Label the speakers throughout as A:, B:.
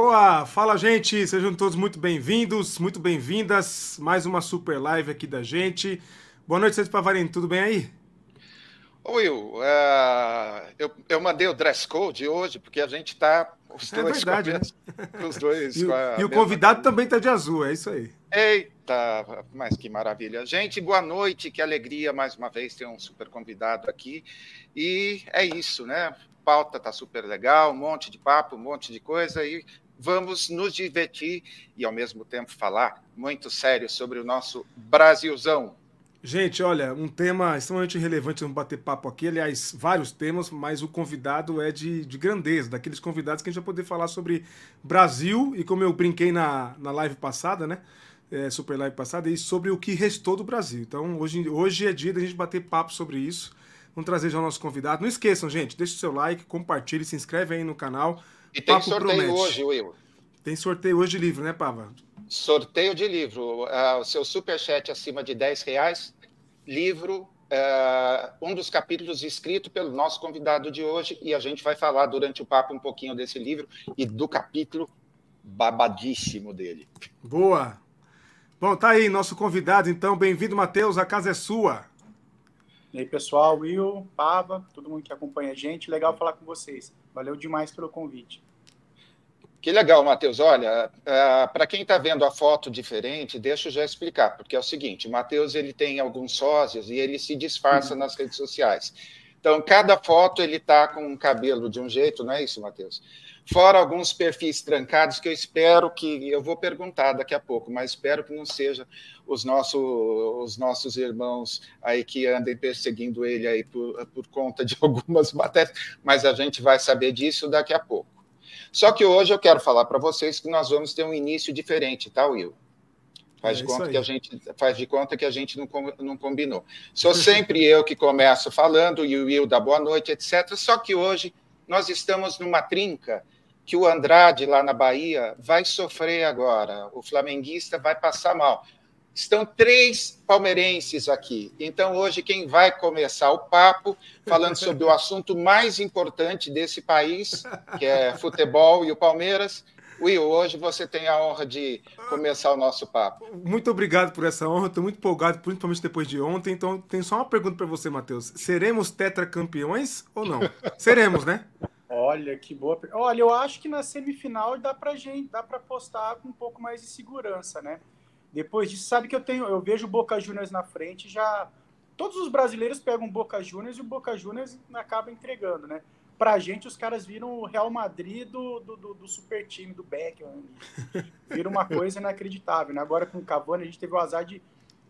A: Boa! Fala, gente! Sejam todos muito bem-vindos, muito bem-vindas. Mais uma super live aqui da gente. Boa noite, vocês Pavarino. Tudo bem aí?
B: Will, eu mandei o dress code hoje, porque a gente está os
A: É
B: dois com a
A: verdade, né?
B: mesma, os dois com
A: E
B: a
A: o
B: mesma
A: convidado
B: camisa.
A: também tá de azul, é isso aí.
B: Eita, mas que maravilha. Gente, boa noite, que alegria mais uma vez ter um super convidado aqui. E é isso, né? Pauta tá super legal, um monte de papo, um monte de coisa e vamos nos divertir e ao mesmo tempo falar muito sério sobre o nosso Brasilzão.
A: Gente, olha, um tema extremamente relevante, vamos bater papo aqui. Aliás, vários temas, mas o convidado é de grandeza, daqueles convidados que a gente vai poder falar sobre Brasil e como eu brinquei na live passada, né? Super live passada, e sobre o que restou do Brasil. Então, hoje é dia da gente bater papo sobre isso. Vamos trazer já o nosso convidado. Não esqueçam, gente, deixa o seu like, compartilhe, se inscreve aí no canal.
B: E tem
A: Papo
B: sorteio
A: promete.
B: hoje, Will.
A: Tem sorteio hoje de livro, né, Pava?
B: Sorteio de livro. O seu superchat acima de R$ 10, livro, um dos capítulos escrito pelo nosso convidado de hoje, e a gente vai falar durante o papo um pouquinho desse livro e do capítulo babadíssimo dele.
A: Boa! Bom, tá aí nosso convidado, então. Bem-vindo, Matheus, a casa é sua.
C: E aí, pessoal, Will, Pava, todo mundo que acompanha a gente, legal falar com vocês. Valeu demais pelo convite.
B: Que legal, Matheus. Olha, para quem está vendo a foto diferente, deixa eu já explicar, porque é o seguinte, o Matheus ele tem alguns sósias e ele se disfarça nas redes sociais. Então, cada foto ele está com um cabelo de um jeito, não é isso, Matheus? Fora alguns perfis trancados que eu espero que, eu vou perguntar daqui a pouco, mas espero que não seja os nossos irmãos aí que andem perseguindo ele aí por conta de algumas matérias, mas a gente vai saber disso daqui a pouco. Só que hoje eu quero falar para vocês que nós vamos ter um início diferente, tá, Will? Faz de conta que a gente não combinou. Sou sempre eu que começo falando, e o Will dá boa noite, etc. Só que hoje nós estamos numa trinca que o Andrade, lá na Bahia, vai sofrer agora. O flamenguista vai passar mal. Estão 3 palmeirenses aqui. Então, hoje, quem vai começar o papo, falando sobre o assunto mais importante desse país, que é futebol e o Palmeiras. Will, hoje você tem a honra de começar o nosso papo.
A: Muito obrigado por essa honra, estou muito empolgado, principalmente depois de ontem. Então, tenho só uma pergunta para você, Matheus. Seremos tetracampeões ou não? Seremos, né?
C: Olha, que boa. Olha, eu acho que na semifinal dá para apostar com um pouco mais de segurança, né? Depois disso, sabe que eu vejo o Boca Juniors na frente, já todos os brasileiros pegam o Boca Juniors e o Boca Juniors acaba entregando, né? Pra gente, os caras viram o Real Madrid do super time, do Beckham. Viram uma coisa inacreditável, né? Agora com o Cavani, a gente teve o azar de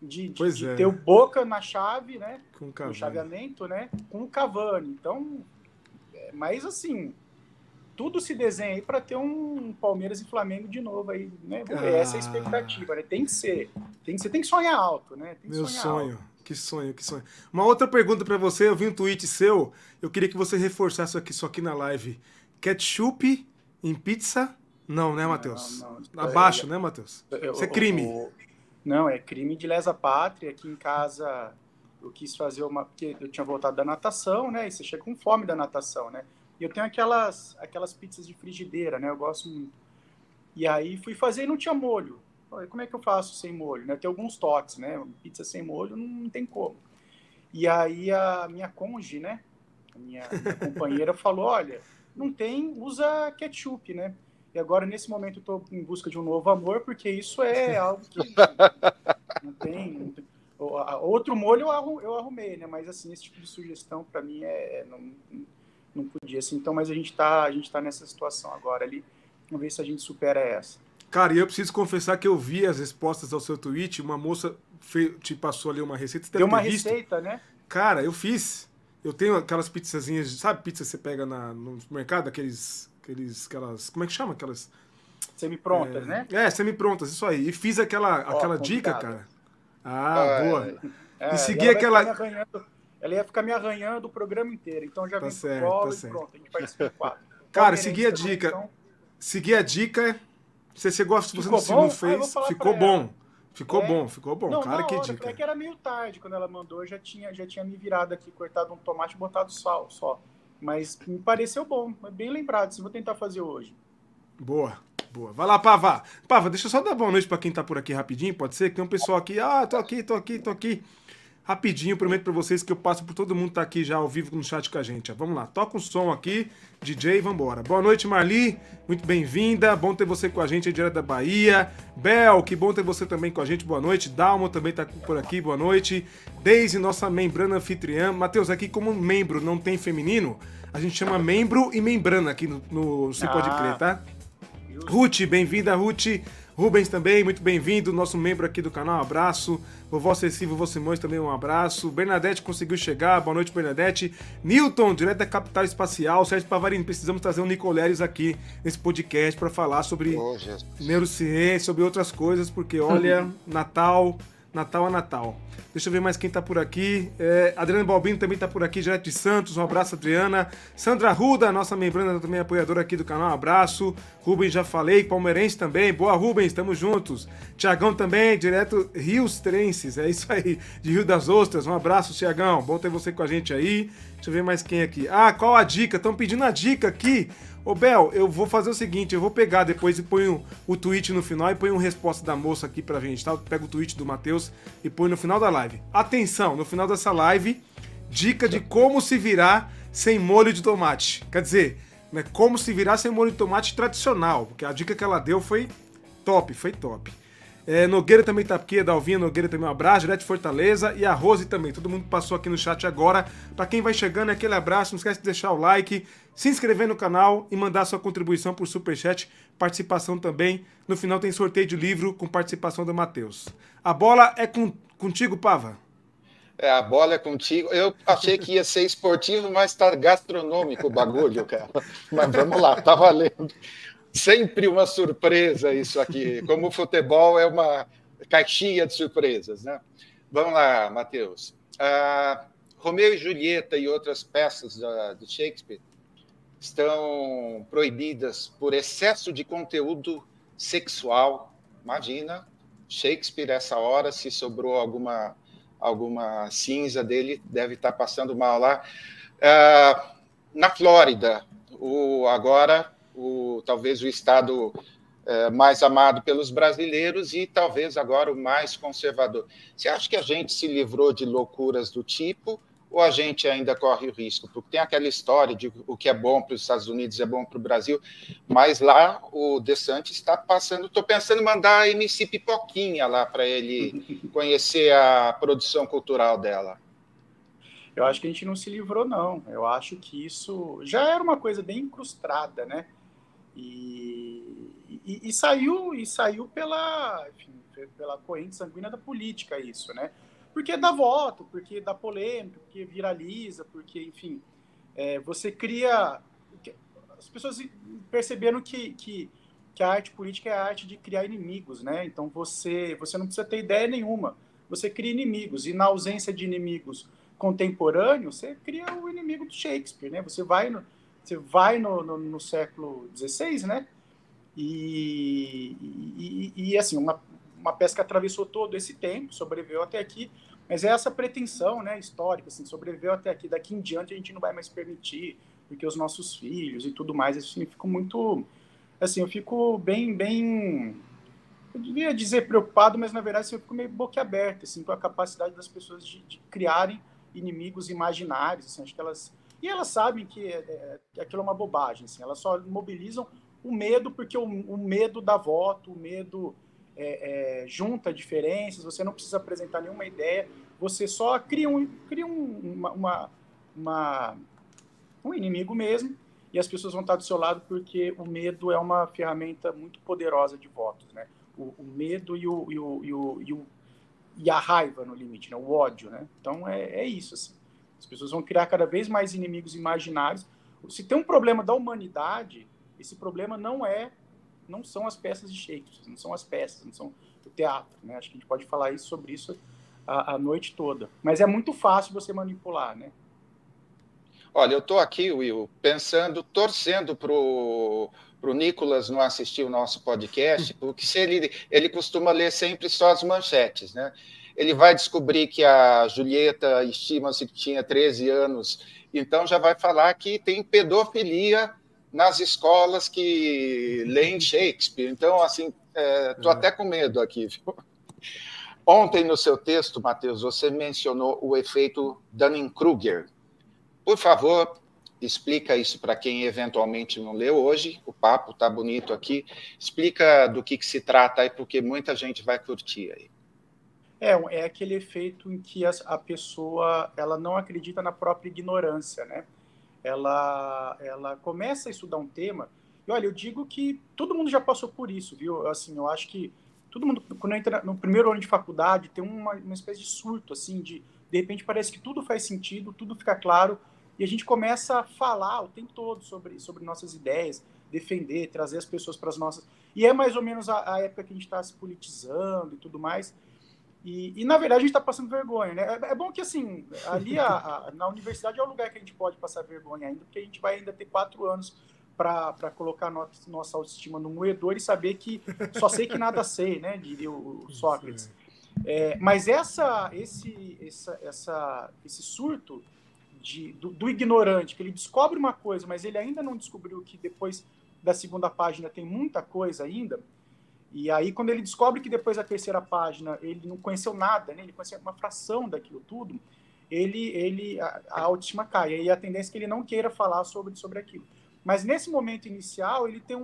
C: ter o Boca na chave, né? No chaveamento, né? Com o Cavani. Então, mas assim, tudo se desenha aí para ter um Palmeiras e Flamengo de novo aí, né? Essa é a expectativa, né? Tem que sonhar alto, né? Tem que
A: Meu
C: sonhar
A: sonho.
C: Alto.
A: Que sonho, que sonho. Uma outra pergunta para você, eu vi um tweet seu, eu queria que você reforçasse isso aqui na live. Ketchup em pizza? Não, né, Matheus? Não. Abaixo, né, Matheus? Isso é crime.
C: Não, é crime de lesa pátria. Aqui em casa eu quis fazer porque eu tinha voltado da natação, né? E você chega com fome da natação, né? E eu tenho aquelas pizzas de frigideira, né? Eu gosto muito. E aí fui fazer e não tinha molho. Como é que eu faço sem molho? Né? Tem alguns toques, né? Pizza sem molho não tem como. E aí a minha cônjuge, né? A minha companheira falou, olha, não tem, usa ketchup, né? E agora, nesse momento, eu estou em busca de um novo amor, porque isso é algo que não tem. Outro molho eu arrumei, né? Mas, assim, esse tipo de sugestão, para mim, não podia. Assim, então, mas a gente tá nessa situação agora ali. Vamos ver se a gente supera essa.
A: Cara, e eu preciso confessar que eu vi as respostas ao seu tweet, uma moça te passou ali uma receita. Você
C: deu uma receita, né?
A: Cara, eu fiz. Eu tenho aquelas pizzazinhas, sabe pizza que você pega no supermercado, aquelas, como é que chama? Aquelas...
C: Semi-prontas, né?
A: Semi-prontas, isso aí. E fiz aquela dica, cara. Boa. E segui
C: Ela ia ficar me arranhando o programa inteiro, então já vem pro colo e pronto, a gente participa de 4.
A: Cara, segui a dica. Então... Segui a dica. Se você não fez, ficou bom. Ficou bom.
C: Não,
A: cara, que
C: hora,
A: dica.
C: É que era meio tarde quando ela mandou, já tinha me virado aqui, cortado um tomate e botado sal só. Mas me pareceu bom, bem lembrado, vou tentar fazer hoje.
A: Boa. Boa. Vai lá, Pava. Pava, deixa eu só dar boa noite pra quem tá por aqui rapidinho, pode ser? Que tem um pessoal aqui. Tô aqui. Rapidinho, prometo pra vocês que eu passo por todo mundo que tá aqui já ao vivo no chat com a gente. Vamos lá, toca um som aqui, DJ, vambora. Boa noite, Marli, muito bem-vinda. Bom ter você com a gente aí direto da Bahia. Bel, que bom ter você também com a gente, boa noite. Dalmo também tá por aqui, boa noite. Deise, nossa membrana anfitriã. Matheus, aqui como membro não tem feminino, a gente chama membro e membrana aqui no Se Pode Crer, tá? Ruth, bem-vinda, Ruth. Rubens também, muito bem-vindo, nosso membro aqui do canal, um abraço. Vovó Ceci, vovô Simões também, um abraço. Bernadette conseguiu chegar, boa noite, Bernadette. Newton, direto da capital espacial. Sérgio Pavarini, precisamos trazer o Nicoleres aqui nesse podcast para falar sobre neurociência, sobre outras coisas, porque olha, Natal é Natal. Deixa eu ver mais quem tá por aqui. Adriana Balbino também tá por aqui, direto de Santos. Um abraço, Adriana. Sandra Ruda, nossa membrana, também apoiadora aqui do canal. Um abraço. Rubens, já falei. Palmeirense também. Boa, Rubens, tamo juntos. Tiagão também, direto Rios Trenses. É isso aí, de Rio das Ostras. Um abraço, Tiagão. Bom ter você com a gente aí. Deixa eu ver mais quem aqui. Qual a dica? Estão pedindo a dica aqui. Ô, Bel, eu vou fazer o seguinte, eu vou pegar depois e ponho o tweet no final e ponho uma resposta da moça aqui pra gente, tá? Eu pego o tweet do Matheus e ponho no final da live. Atenção, no final dessa live, dica de como se virar sem molho de tomate. Quer dizer, né, como se virar sem molho de tomate tradicional, porque a dica que ela deu foi top, Nogueira também tá aqui, a Dalvinha Nogueira também, um abraço, direto de Fortaleza, e a Rose também, todo mundo passou aqui no chat agora. Pra quem vai chegando, aquele abraço, não esquece de deixar o like, se inscrever no canal e mandar sua contribuição por Superchat, participação também. No final tem sorteio de livro com participação do Matheus. A bola é contigo, Pava.
B: A bola é contigo. Eu achei que ia ser esportivo, mas tá gastronômico o bagulho, cara. Mas vamos lá, tá valendo. Sempre uma surpresa isso aqui. Como o futebol é uma caixinha de surpresas, né? Vamos lá, Matheus. Romeu e Julieta e outras peças de Shakespeare estão proibidas por excesso de conteúdo sexual. Imagina, Shakespeare, essa hora, se sobrou alguma cinza dele, deve estar passando mal lá. Na Flórida, talvez o estado mais amado pelos brasileiros e talvez agora o mais conservador. Você acha que a gente se livrou de loucuras do tipo ou a gente ainda corre o risco? Porque tem aquela história de o que é bom para os Estados Unidos é bom para o Brasil, mas lá o DeSantis está passando. Estou pensando em mandar a MC Pipoquinha lá para ele conhecer a produção cultural dela.
C: Eu acho que a gente não se livrou, não. Eu acho que isso já era uma coisa bem incrustada, né? E saiu pela corrente sanguínea da política isso, né? Porque dá voto, porque dá polêmica, porque viraliza, porque, enfim, você cria... As pessoas perceberam que a arte política é a arte de criar inimigos, né? Então você não precisa ter ideia nenhuma, você cria inimigos, e na ausência de inimigos contemporâneos, você cria o inimigo do Shakespeare, né? Você vai no século XVI, né? E assim, uma peça que atravessou todo esse tempo, sobreviveu até aqui, mas é essa pretensão, né, histórica, assim, sobreviveu até aqui, daqui em diante a gente não vai mais permitir, porque os nossos filhos e tudo mais, assim, eu fico bem, eu devia dizer preocupado, mas na verdade assim, eu fico meio boquiaberto, assim, com a capacidade das pessoas de criarem inimigos imaginários, assim, acho que elas sabem que aquilo é uma bobagem, assim, elas só mobilizam o medo, porque o medo dá voto, o medo junta diferenças, você não precisa apresentar nenhuma ideia, você só cria um inimigo mesmo, e as pessoas vão estar do seu lado porque o medo é uma ferramenta muito poderosa de votos, né? O medo e a raiva no limite, né? O ódio, né? Então é isso, assim. As pessoas vão criar cada vez mais inimigos imaginários. Se tem um problema da humanidade, esse problema não são as peças de Shakespeare, não são as peças, não são o teatro, né? Acho que a gente pode falar sobre isso a noite toda. Mas é muito fácil você manipular, né?
B: Olha, eu estou aqui, Will, torcendo para o Nicolas não assistir o nosso podcast, porque ele costuma ler sempre só as manchetes, né? Ele vai descobrir que a Julieta estima-se que tinha 13 anos, então já vai falar que tem pedofilia nas escolas que leem Shakespeare. Então, assim, estou até com medo aqui, viu? Ontem, no seu texto, Matheus, você mencionou o efeito Dunning-Kruger. Por favor, explica isso para quem eventualmente não leu hoje. O papo está bonito aqui. Explica do que se trata aí, porque muita gente vai curtir aí.
C: É aquele efeito em que a pessoa ela não acredita na própria ignorância, né? Ela começa a estudar um tema, e olha, eu digo que todo mundo já passou por isso, viu? Assim, eu acho que todo mundo, quando entra no primeiro ano de faculdade, tem uma espécie de surto, assim, de repente parece que tudo faz sentido, tudo fica claro, e a gente começa a falar o tempo todo sobre nossas ideias, defender, trazer as pessoas para as nossas... E é mais ou menos a época que a gente está se politizando e tudo mais. E, na verdade, a gente está passando vergonha, né? É bom que, assim, ali na universidade é o lugar que a gente pode passar vergonha ainda, porque a gente vai ainda ter 4 anos para colocar nossa autoestima no moedor e saber que só sei que nada sei, né? Diria o Sócrates. Mas esse surto do ignorante, que ele descobre uma coisa, mas ele ainda não descobriu que depois da segunda página tem muita coisa ainda. E aí, quando ele descobre que depois da terceira página ele não conheceu nada, né? Ele conheceu uma fração daquilo tudo, a autoestima cai. E a tendência é que ele não queira falar sobre aquilo. Mas nesse momento inicial, ele tem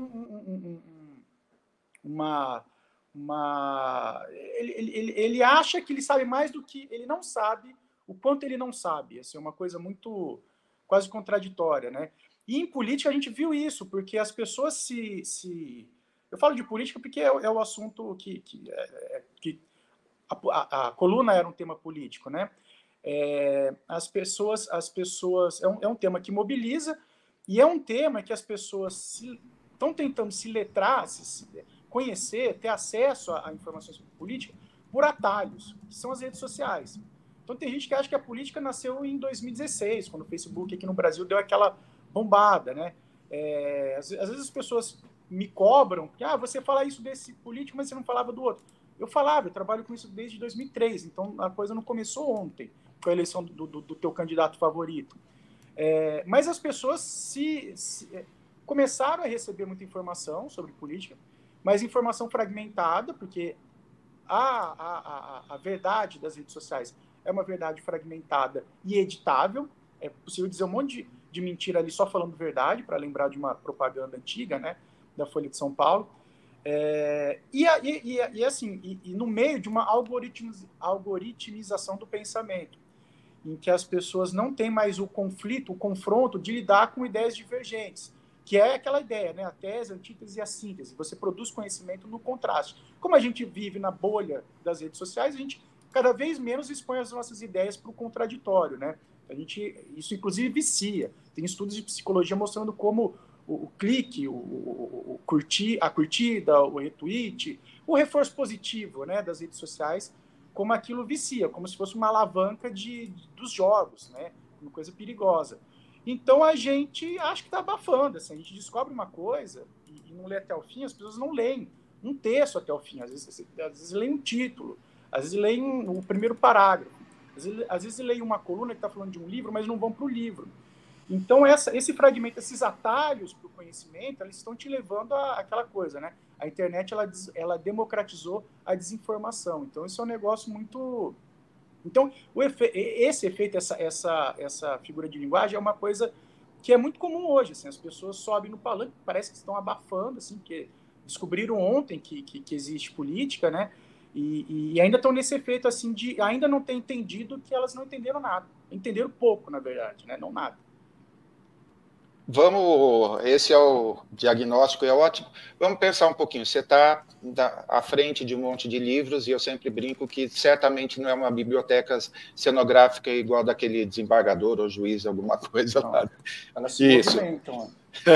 C: ele acha que ele sabe mais do que ele não sabe, o quanto ele não sabe. Assim, é uma coisa muito quase contraditória, né? E em política a gente viu isso, porque as pessoas eu falo de política porque é o assunto que a coluna era um tema político, né? As pessoas é um tema que mobiliza, e é um tema que as pessoas estão tentando se letrar, se conhecer, ter acesso a informações sobre política por atalhos, que são as redes sociais. Então tem gente que acha que a política nasceu em 2016, quando o Facebook aqui no Brasil deu aquela bombada, né? Às vezes as pessoas me cobram, que você fala isso desse político, mas você não falava do outro. Eu trabalho com isso desde 2003, então a coisa não começou ontem, com a eleição do teu candidato favorito. Mas as pessoas começaram a receber muita informação sobre política, mas informação fragmentada, porque a verdade das redes sociais é uma verdade fragmentada e editável. É possível dizer um monte de mentira ali só falando verdade, para lembrar de uma propaganda antiga, né, da Folha de São Paulo. Assim, no meio de uma algoritmização do pensamento, em que as pessoas não têm mais o conflito, o confronto de lidar com ideias divergentes, que é aquela ideia, né, a tese, a antítese e a síntese. Você produz conhecimento no contraste. Como a gente vive na bolha das redes sociais, a gente cada vez menos expõe as nossas ideias para o contraditório, né? Isso, inclusive, vicia. Tem estudos de psicologia mostrando como o clique, a curtida, o retweet, o reforço positivo, né, das redes sociais, como aquilo vicia, como se fosse uma alavanca dos jogos, né, uma coisa perigosa. Então, a gente acha que está abafando. Assim, a gente descobre uma coisa e não lê até o fim, as pessoas não leem um texto até o fim. Às vezes leem um título, às vezes leem o primeiro parágrafo, às vezes leem uma coluna que está falando de um livro, mas não vão para o livro. Então, esse fragmento, esses atalhos para o conhecimento, eles estão te levando àquela coisa, né? A internet, ela democratizou a desinformação. Então, isso é um negócio muito... Então, esse efeito, essa figura de linguagem é uma coisa que é muito comum hoje. Assim, as pessoas sobem no palanque, parece que estão abafando, assim, que descobriram ontem que existe política, né? E ainda estão nesse efeito, assim, de ainda não ter entendido que elas não entenderam nada. Entenderam pouco, na verdade, né? Não nada.
B: Esse é o diagnóstico, é ótimo. Vamos pensar um pouquinho. Você está à frente de um monte de livros, e eu sempre brinco que certamente não é uma biblioteca cenográfica igual daquele desembargador ou juiz, alguma coisa
C: não,
B: lá.
C: Ela se movimentam.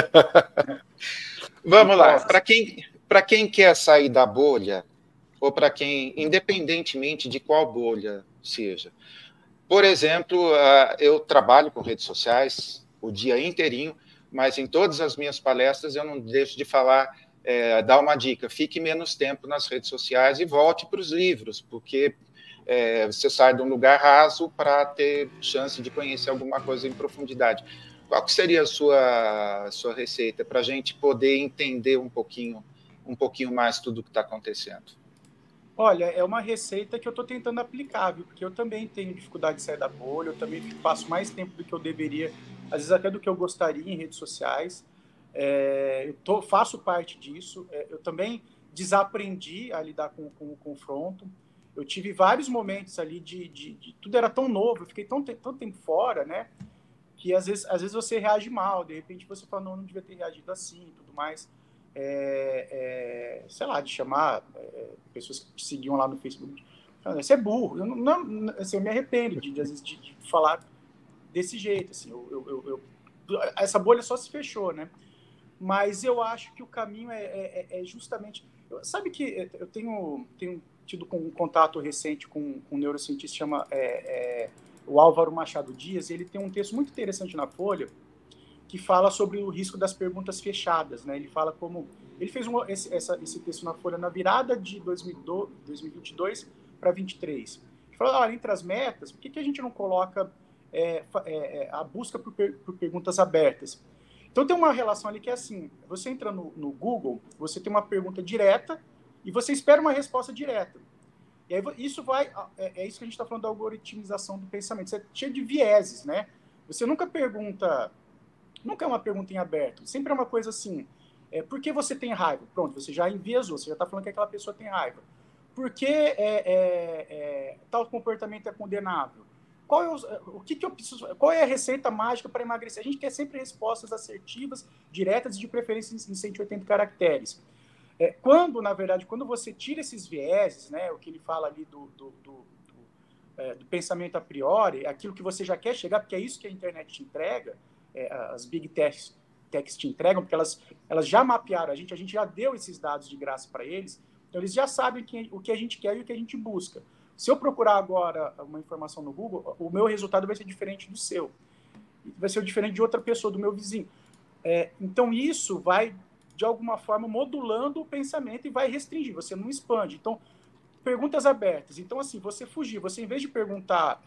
B: Vamos lá. Para quem quer sair da bolha, ou para quem, independentemente de qual bolha seja. Por exemplo, eu trabalho com redes sociais o dia inteirinho, mas em todas as minhas palestras eu não deixo de falar, dar uma dica: fique menos tempo nas redes sociais e volte para os livros, porque você sai de um lugar raso para ter chance de conhecer alguma coisa em profundidade. Qual que seria a sua receita para a gente poder entender um pouquinho mais tudo o que está acontecendo?
C: Olha, é uma receita que eu estou tentando aplicar, viu? Porque eu também tenho dificuldade de sair da bolha, eu também passo mais tempo do que eu deveria, às vezes até do que eu gostaria em redes sociais. Faço parte disso. Eu também desaprendi a lidar com o confronto. Eu tive vários momentos ali de tudo era tão novo, eu fiquei tanto tempo fora, né? Que às vezes você reage mal, de repente você fala, não devia ter reagido assim e tudo mais. Sei lá, de chamar pessoas que te seguiam lá no Facebook. Você é burro. Eu me arrependo às vezes, de falar desse jeito. Assim, essa bolha só se fechou, né? Mas eu acho que o caminho é justamente... Sabe que eu tenho tido um contato recente com um neurocientista que chama o Álvaro Machado Dias, e ele tem um texto muito interessante na Folha que fala sobre o risco das perguntas fechadas, né? Ele fala como... Ele fez esse texto na Folha na virada de 2022 para 2023. Ele falou, olha, entre as metas, por que a gente não coloca a busca por perguntas abertas? Então tem uma relação ali que é assim, você entra no Google, você tem uma pergunta direta e você espera uma resposta direta. E aí isso é isso que a gente está falando da algoritmização do pensamento. Você é cheio de vieses, né? Você nunca é uma pergunta em aberto, sempre é uma coisa assim, por que você tem raiva? Pronto, você já enviesou, você já está falando que aquela pessoa tem raiva. Por que tal comportamento é condenável? Qual é a receita mágica para emagrecer? A gente quer sempre respostas assertivas, diretas e de preferência em 180 caracteres. Na verdade, quando você tira esses vieses, né, o que ele fala ali do pensamento a priori, aquilo que você já quer chegar, porque é isso que a internet te entrega, as big techs te entregam, porque elas já mapearam a gente já deu esses dados de graça para eles, então eles já sabem o que a gente quer e o que a gente busca. Se eu procurar agora uma informação no Google, o meu resultado vai ser diferente do seu. Vai ser diferente de outra pessoa, do meu vizinho. Então, isso vai, de alguma forma, modulando o pensamento e vai restringir. Você não expande. Então, perguntas abertas. Então, assim, você fugir. Você, em vez de perguntar,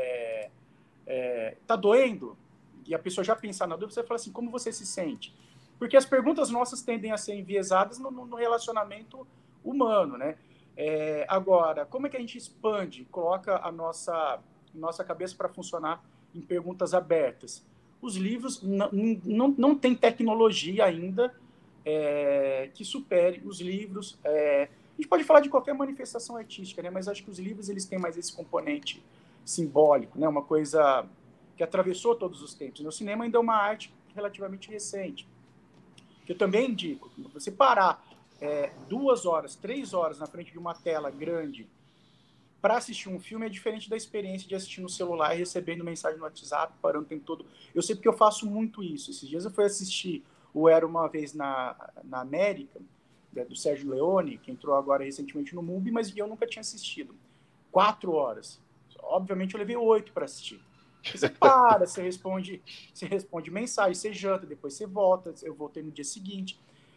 C: tá doendo? E a pessoa já pensar na dúvida, você fala assim, como você se sente? Porque as perguntas nossas tendem a ser enviesadas no relacionamento humano, né? Agora, como é que a gente expande, coloca a nossa cabeça para funcionar em perguntas abertas? Os livros não tem tecnologia ainda que supere os livros. A gente pode falar de qualquer manifestação artística, né? Mas acho que os livros eles têm mais esse componente simbólico, né? Uma coisa que atravessou todos os tempos. O cinema ainda é uma arte relativamente recente. Eu também indico, você parar 2 horas, 3 horas na frente de uma tela grande para assistir um filme é diferente da experiência de assistir no celular e recebendo mensagem no WhatsApp, parando o tempo todo. Eu sei porque eu faço muito isso. Esses dias eu fui assistir o Era Uma Vez na América, do Sérgio Leone, que entrou agora recentemente no MUBI, mas eu nunca tinha assistido. 4 horas. Obviamente eu levei 8 para assistir. Você para, você responde mensagem, você janta, depois você volta, eu voltei no dia seguinte.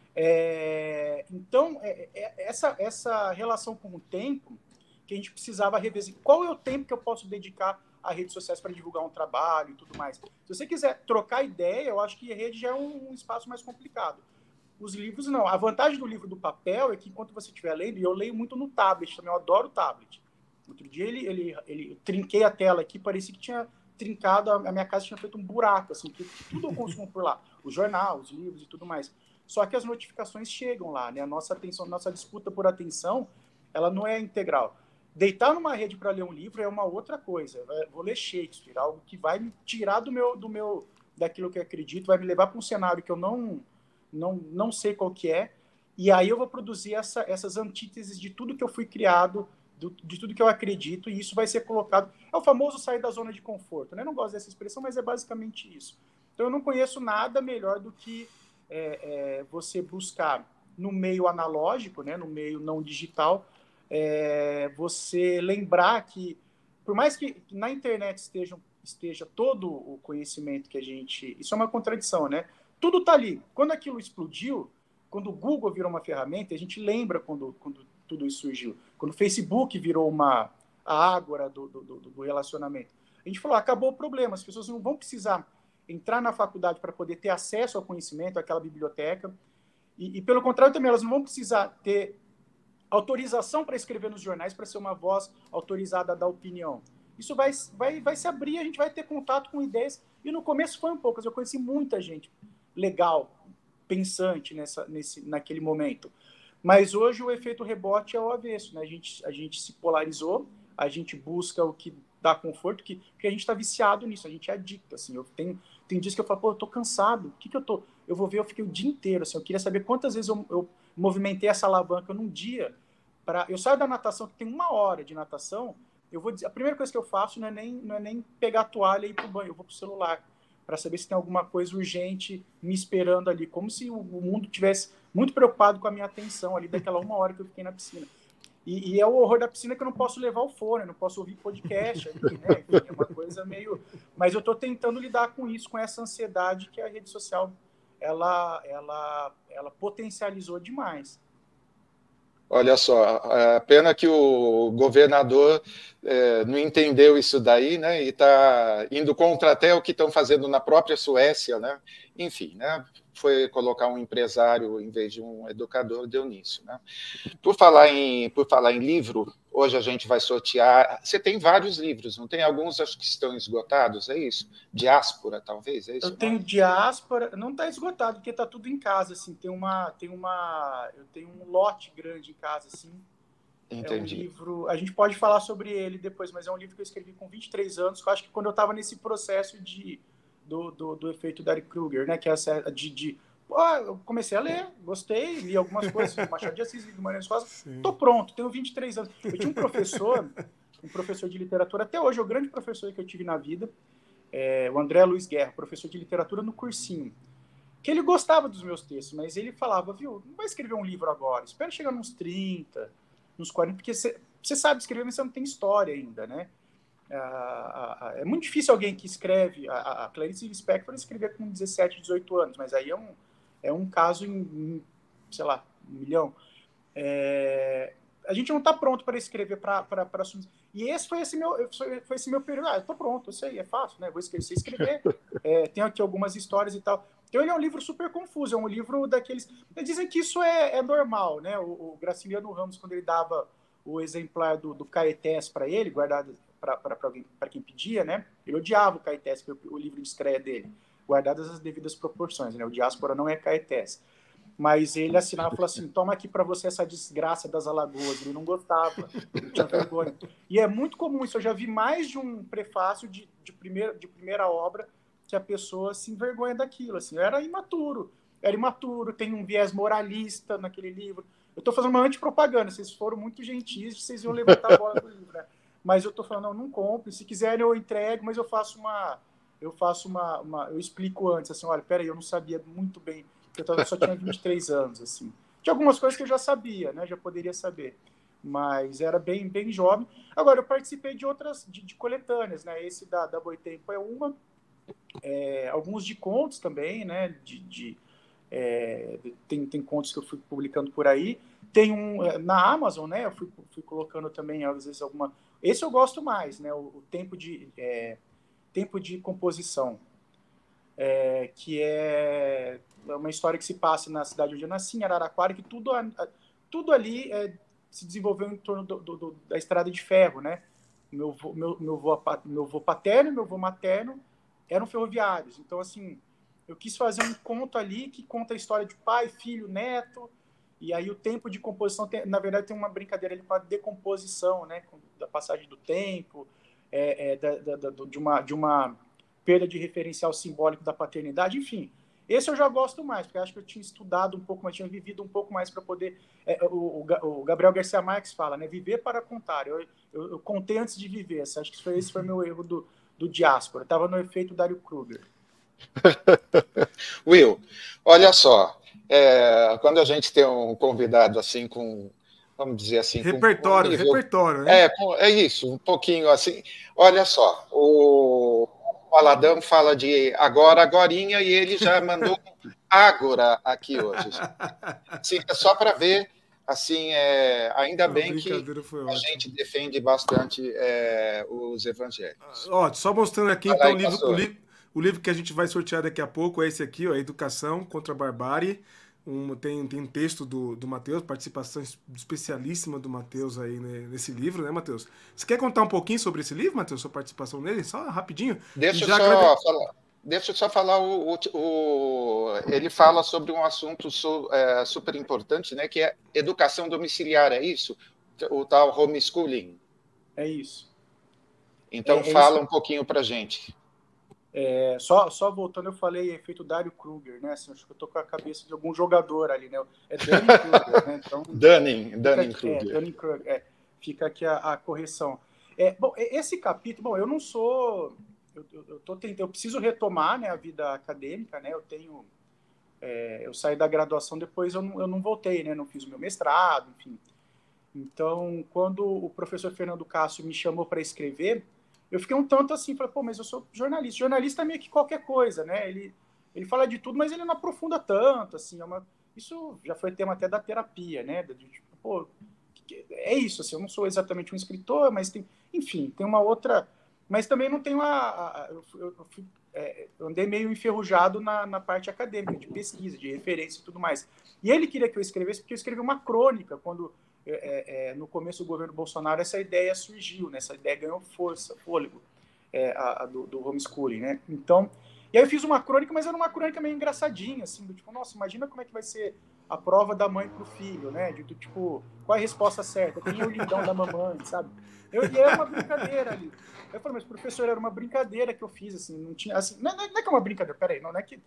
C: Então, essa relação com o tempo que a gente precisava rever. Qual é o tempo que eu posso dedicar a redes sociais para divulgar um trabalho e tudo mais? Se você quiser trocar ideia, eu acho que a rede já é um espaço mais complicado. Os livros, não. A vantagem do livro do papel é que enquanto você estiver lendo, e eu leio muito no tablet também, eu adoro o tablet. Outro dia eu trinquei a tela aqui, parecia que tinha trincado, a minha casa tinha feito um buraco, assim, que tudo eu consumo por lá. O jornal, os livros e tudo mais. Só que as notificações chegam lá, né? A nossa atenção, nossa disputa por atenção, ela não é integral. Deitar numa rede para ler um livro é uma outra coisa. Vou ler Shakespeare, algo que vai me tirar daquilo que eu acredito, vai me levar para um cenário que eu não sei qual que é, e aí eu vou produzir essas antíteses de tudo que eu fui criado, de tudo que eu acredito, e isso vai ser colocado... É o famoso sair da zona de conforto, né? Eu não gosto dessa expressão, mas é basicamente isso. Então eu não conheço nada melhor do que você buscar no meio analógico, né? No meio não digital, você lembrar que, por mais que na internet esteja todo o conhecimento que a gente... Isso é uma contradição, né? Tudo está ali. Quando aquilo explodiu, quando o Google virou uma ferramenta, a gente lembra quando tudo isso surgiu. Quando o Facebook virou a ágora do relacionamento. A gente falou, acabou o problema, as pessoas não vão precisar entrar na faculdade para poder ter acesso ao conhecimento, àquela biblioteca. E, pelo contrário, também elas não vão precisar ter autorização para escrever nos jornais, para ser uma voz autorizada a dar opinião. Isso vai se abrir, a gente vai ter contato com ideias. E no começo foram poucas, eu conheci muita gente legal, pensante naquele momento. Mas hoje o efeito rebote é o avesso, né? A gente se polarizou, a gente busca o que dá conforto, porque a gente está viciado nisso, a gente é adicto, assim. Tem dias que eu falo, pô, eu tô cansado, o que eu tô... Eu vou ver, eu fiquei o dia inteiro, assim, eu queria saber quantas vezes eu movimentei essa alavanca num dia. Eu saio da natação, que tem 1 hora de natação, eu vou dizer, a primeira coisa que eu faço não é nem pegar a toalha e ir pro banho, eu vou pro celular, para saber se tem alguma coisa urgente me esperando ali, como se o mundo tivesse muito preocupado com a minha atenção ali daquela 1 hora que eu fiquei na piscina. E é o horror da piscina que eu não posso levar o fone, não posso ouvir podcast ali, né? Enfim, é uma coisa meio... Mas eu estou tentando lidar com isso, com essa ansiedade que a rede social ela potencializou demais.
B: Olha só, a pena que o governador não entendeu isso daí, né? E está indo contra até o que estão fazendo na própria Suécia, né? Enfim, né? Foi colocar um empresário em vez de um educador, deu nisso, né? Por falar em livro, hoje a gente vai sortear. Você tem vários livros, não tem? Alguns acho que estão esgotados, é isso? Diáspora, talvez, é isso?
C: Eu tenho Diáspora, não está esgotado, porque está tudo em casa, assim. Eu tenho um lote grande em casa, assim.
B: Entendi.
C: É um livro, a gente pode falar sobre ele depois, mas é um livro que eu escrevi com 23 anos, que eu acho que quando eu estava nesse processo do efeito Dunning-Kruger, né? Que é eu comecei a ler, gostei, li algumas coisas, do Machado de Assis, do Guimarães Rosa, tô pronto, tenho 23 anos. Eu tinha um professor de literatura, até hoje é o grande professor que eu tive na vida, o André Luiz Guerra, professor de literatura no cursinho, que ele gostava dos meus textos, mas ele falava, viu, não vai escrever um livro agora, espera chegar nos 30, nos 40, porque você sabe escrever, mas você não tem história ainda, né? É muito difícil alguém que escreve, a Clarice Lispector escrever com 17, 18 anos, mas aí é um caso em, sei lá, 1 milhão. A gente não está pronto para escrever, para assumir. E esse foi esse meu período. Eu estou pronto, eu sei, é fácil, né? Vou escrever. Tenho aqui algumas histórias e tal. Então ele é um livro super confuso, é um livro daqueles... Dizem que isso é normal, né? O Graciliano Ramos, quando ele dava o exemplar do Caetés para ele, guardado para quem pedia, né? Ele odiava o Caetés, que é o livro de estreia dele, guardadas as devidas proporções, né? O Diáspora não é Caetés. Mas ele assinava e falou assim, toma aqui para você essa desgraça das Alagoas. Ele não gostava, ele tinha vergonha. E é muito comum isso, eu já vi mais de um prefácio de primeira obra que a pessoa se envergonha daquilo. Assim, era imaturo, tem um viés moralista naquele livro. Eu estou fazendo uma antipropaganda, vocês foram muito gentis, vocês iam levantar a bola do livro, né? Mas eu estou falando, não compre, se quiserem eu entrego, mas eu explico antes, assim, olha, peraí, eu não sabia muito bem, eu só tinha 23 anos, assim. Tinha algumas coisas que eu já sabia, né, já poderia saber, mas era bem, bem jovem. Agora, eu participei de outras, de coletâneas, né, esse da Boitempo é uma, alguns de contos também, né, tem contos que eu fui publicando por aí, tem na Amazon, né, eu fui colocando também, às vezes, alguma... Esse eu gosto mais, né, o tempo de composição, que é uma história que se passa na cidade onde eu nasci, em Araraquara, que tudo ali se desenvolveu em torno da estrada de ferro, né? Meu avô paterno e meu avô materno eram ferroviários. Então, assim, eu quis fazer um conto ali que conta a história de pai, filho, neto, e aí o tempo de composição, na verdade, tem uma brincadeira ali com a decomposição, né? Da passagem do tempo, de uma perda de referencial simbólico da paternidade, enfim. Esse eu já gosto mais, porque eu acho que eu tinha estudado um pouco mais, tinha vivido um pouco mais para poder... o Gabriel Garcia Marques fala, né? Viver para contar. Eu contei antes de viver. Acho que esse foi meu erro do Diáspora. Eu estava no efeito Dunning-Kruger.
B: Will, olha só, quando a gente tem um convidado assim com, vamos dizer assim...
A: Repertório, né?
B: É isso, um pouquinho assim. Olha só, o Aladão fala de agorinha, e ele já mandou ágora aqui hoje. Assim, só para ver, assim, ainda bem que a gente defende bastante os evangélicos.
A: Ó, só mostrando aqui, então, O livro que a gente vai sortear daqui a pouco é esse aqui, ó, Educação contra a Barbárie. Tem um texto do Matheus, participação especialíssima do Matheus aí nesse livro, né, Matheus? Você quer contar um pouquinho sobre esse livro, Matheus? Sua participação nele? Só rapidinho.
B: Deixa eu só falar, ele fala sobre um assunto super importante, né, que é educação domiciliar, é isso? O tal homeschooling.
C: É isso.
B: Então fala um pouquinho para a gente.
C: Só voltando, eu falei efeito Dario Kruger, né? Assim, acho que eu tô com a cabeça de algum jogador ali, né? É Dunning-Kruger, né? Então, Dunning-Kruger. Fica aqui a correção. Bom, esse capítulo, bom, eu não sou... Eu preciso retomar, né, a vida acadêmica, né? Eu saí da graduação, depois eu não voltei, né? Não fiz o meu mestrado, enfim. Então, quando o professor Fernando Cássio me chamou para escrever, eu fiquei um tanto assim, falei, pô, mas eu sou jornalista. Jornalista é meio que qualquer coisa, né? Ele fala de tudo, mas ele não aprofunda tanto, assim. Isso já foi tema até da terapia, né? Tipo, pô, é isso, assim, eu não sou exatamente um escritor, mas tem uma outra... Mas também não tenho eu andei meio enferrujado na parte acadêmica, de pesquisa, de referência e tudo mais. E ele queria que eu escrevesse, porque eu escrevi uma crônica quando... no começo do governo Bolsonaro, essa ideia surgiu, né? Essa ideia ganhou força, fôlego, do homeschooling, né? Então, e aí eu fiz uma crônica, mas era uma crônica meio engraçadinha, assim, do tipo, nossa, imagina como é que vai ser a prova da mãe pro filho, né? Do tipo, qual é a resposta certa? Quem é o lindão da mamãe, sabe? E era uma brincadeira ali. Eu falei, mas professor, era uma brincadeira que eu fiz, assim, não tinha, assim, não é que é uma brincadeira, peraí, não é que...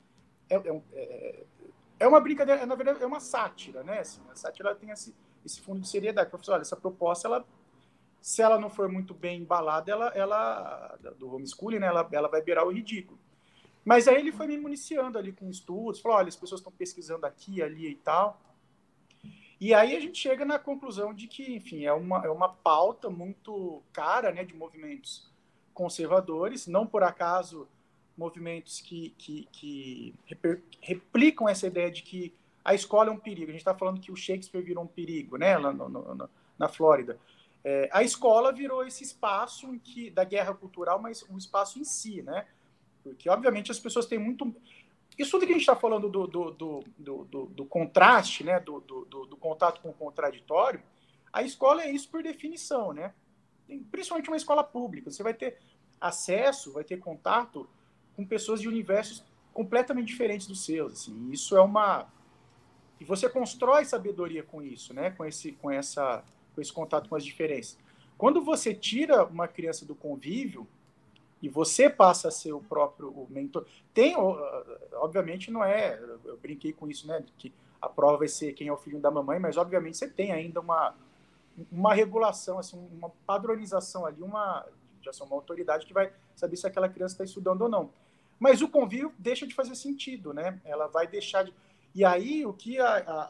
C: É uma brincadeira, na verdade, é uma sátira, né? Assim, a sátira tem esse fundo de seriedade. Professor, olha, essa proposta, se ela não for muito bem embalada, do homeschooling, né, ela vai beirar o ridículo. Mas aí ele foi me municiando ali com estudos, falou, olha, as pessoas estão pesquisando aqui, ali e tal. E aí a gente chega na conclusão de que, enfim, é uma pauta muito cara, né, de movimentos conservadores, não por acaso movimentos que replicam essa ideia de que a escola é um perigo. A gente está falando que o Shakespeare virou um perigo, né, lá na Flórida. A escola virou esse espaço da guerra cultural, mas um espaço em si, né? Porque, obviamente, as pessoas têm muito... Isso tudo que a gente está falando do contraste, né, do contato com o contraditório, a escola é isso por definição, né? Principalmente uma escola pública. Você vai ter acesso, vai ter contato com pessoas de universos completamente diferentes dos seus. Assim. Isso é E você constrói sabedoria com isso, né? Com esse contato com as diferenças. Quando você tira uma criança do convívio e você passa a ser o mentor... Obviamente, não é... Eu brinquei com isso, né? Que a prova vai ser quem é o filho da mamãe, mas, obviamente, você tem ainda uma regulação, assim, uma padronização ali, uma autoridade que vai saber se aquela criança está estudando ou não. Mas o convívio deixa de fazer sentido, né? Ela vai deixar de... E aí, o que